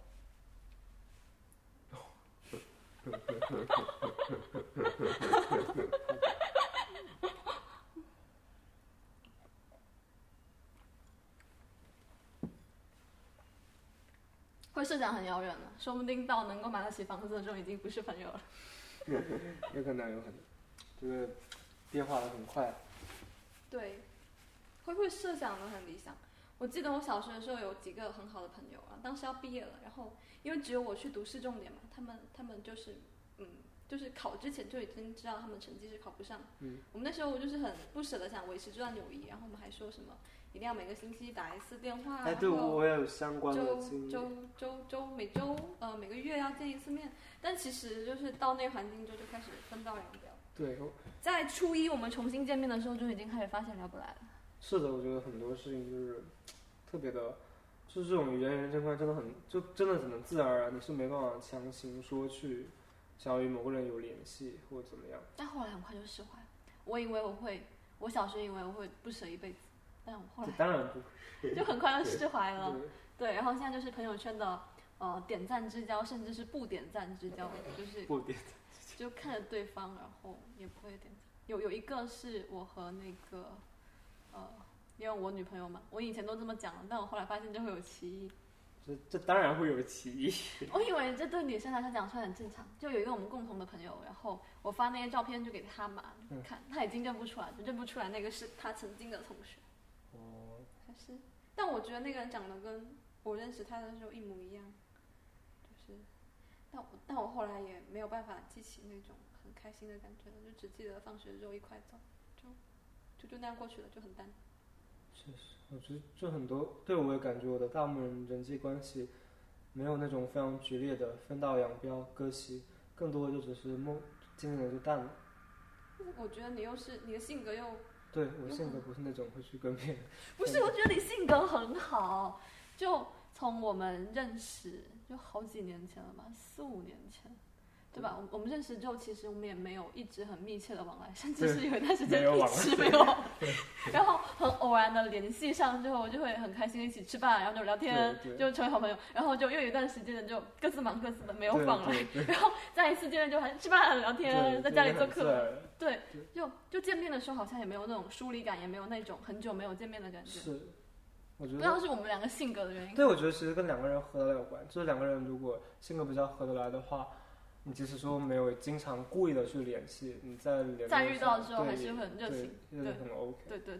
会设想很遥远了，说不定到能够买得起房子的时候已经不是朋友了。 有可能，这个变化的很快。 对，会设想的很理想。我记得我小学的时候有几个很好的朋友啊，当时要毕业了，然后因为只有我去读市重点嘛，他们就是考之前就已经知道他们成绩是考不上。我们那时候就是很不舍得想维持这段友谊，然后我们还说什么一定要每个星期打一次电话， 哎，对，我也有相关的经历。 每个月要见一次面，但其实就是到那个环境就开始分道扬镳。 对， 在初一我们重新见面的时候就已经开始发现聊不来了。 是的，我觉得很多事情就是特别的，就是这种语言人生观真的很，就真的只能自然而然，你是没办法强行说去想要与某个人有联系或者怎么样。 但后来很快就释怀，我小学以为我会不舍一辈子，但我后来当然不就很快就释怀了。对，然后现在就是朋友圈的点赞之交，甚至是不点赞之交，就是不点赞就看着对方，然后也不会点赞。有一个是我和那个因为我女朋友嘛，我以前都这么讲了，但我后来发现就会有歧义。 这当然会有歧义。 我以为这对女生来说讲出来很正常，就有一个我们共同的朋友，然后我发那些照片就给他嘛，看他已经认不出来那个是他曾经的同学。还是，但我觉得那个人长得跟我认识他的时候一模一样，就是，但我后来也没有办法记起那种很开心的感觉了，就只记得放学之后一块走，就那样过去了，就很淡。 确实，我觉得这很多，对我也感觉我的大部分人际关系没有那种非常剧烈的分道扬镳割席，更多的就只是经历了就淡了。 我觉得你的性格又对，我性格不是那种会去跟别人。 不是，我觉得你性格很好，就从我们认识就好几年前了吧，4、5年前，对吧？我们认识之后，其实我们也没有一直很密切的往来，甚至是有一段时间一直没有。然后很偶然的联系上之后，就会很开心一起吃饭，然后就聊天，就成为好朋友。然后就又有一段时间就各自忙各自的，没有往来。然后再一次见面就还吃饭聊天，在家里做客。对，就见面的时候好像也没有那种疏离感，也没有那种很久没有见面的感觉。 是，我觉得不知道是我们两个性格的原因。 对，我觉得其实跟两个人合得来有关。就是两个人如果性格比较合得来的话，你即使说没有经常故意的去联系，你在遇到的时候还是会很热情， 对，很 OK。 对。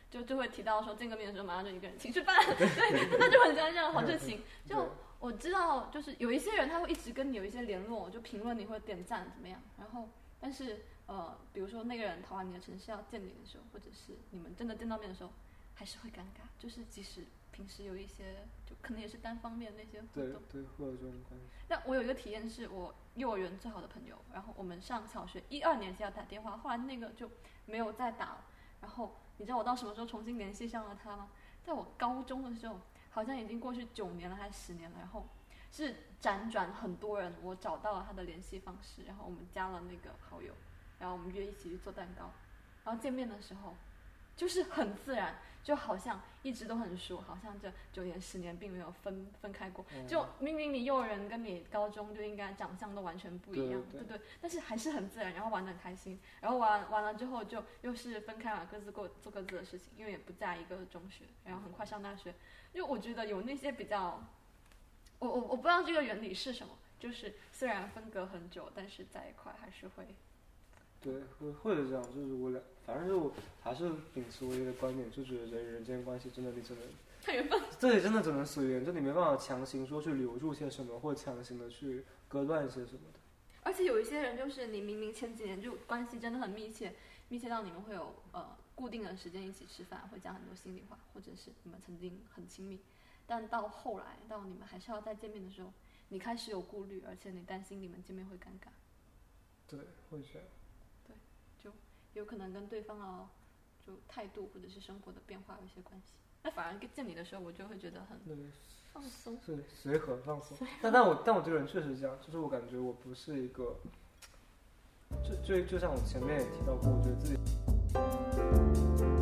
就会提到说见个面的时候马上就一个人请吃饭，对，他就很喜欢这样好剧情。就我知道，就是有一些人他会一直跟你有一些联络，就评论你或者点赞怎么样，然后但是比如说那个人逃往你的城市要见你的时候，或者是你们真的见到面的时候，还是会尴尬，就是即使平时有一些就可能也是单方面的那些互动， 对，会有这种关系。 但我有一个体验是我幼儿园最好的朋友，然后我们上小学1、2年级要打电话，后来那个就没有再打了。然后你知道我到什么时候重新联系上了他吗？在我高中的时候，好像已经过去9年了还是10年了，然后是辗转很多人，我找到了他的联系方式，然后我们加了那个好友，然后我们约一起去做蛋糕，然后见面的时候就是很自然，就好像一直都很熟，好像这9年10年并没有分开过。就明明你幼儿园跟你高中就应该长相都完全不一样，对，但是还是很自然，然后玩得很开心。然后玩了之后就又是分开了，各自做各自的事情，因为也不在一个中学，然后很快上大学。就我觉得有那些比较，我不知道这个原理是什么，就是虽然分隔很久，但是在一块还是会。 对，会是这样，就是反正就还是秉持我一个观点，就觉得人间关系真的看缘分， 对，真的只能随缘，就你没办法强行说去留住些什么，或强行的去割断一些什么的。 而且有一些人就是你明明前几年就关系真的很密切到你们会有固定的时间一起吃饭，会讲很多心里话，或者是你们曾经很亲密，但到后来到你们还是要再见面的时候，你开始有顾虑，而且你担心你们见面会尴尬。 对，会这样。 对，就有可能跟对方的就态度或者是生活的变化有一些关系。那反而见你的时候，我就会觉得很放松， 是随和放松。但我这个人确实是这样，就是我感觉我不是一个，就像我前面也提到过，我觉得自己。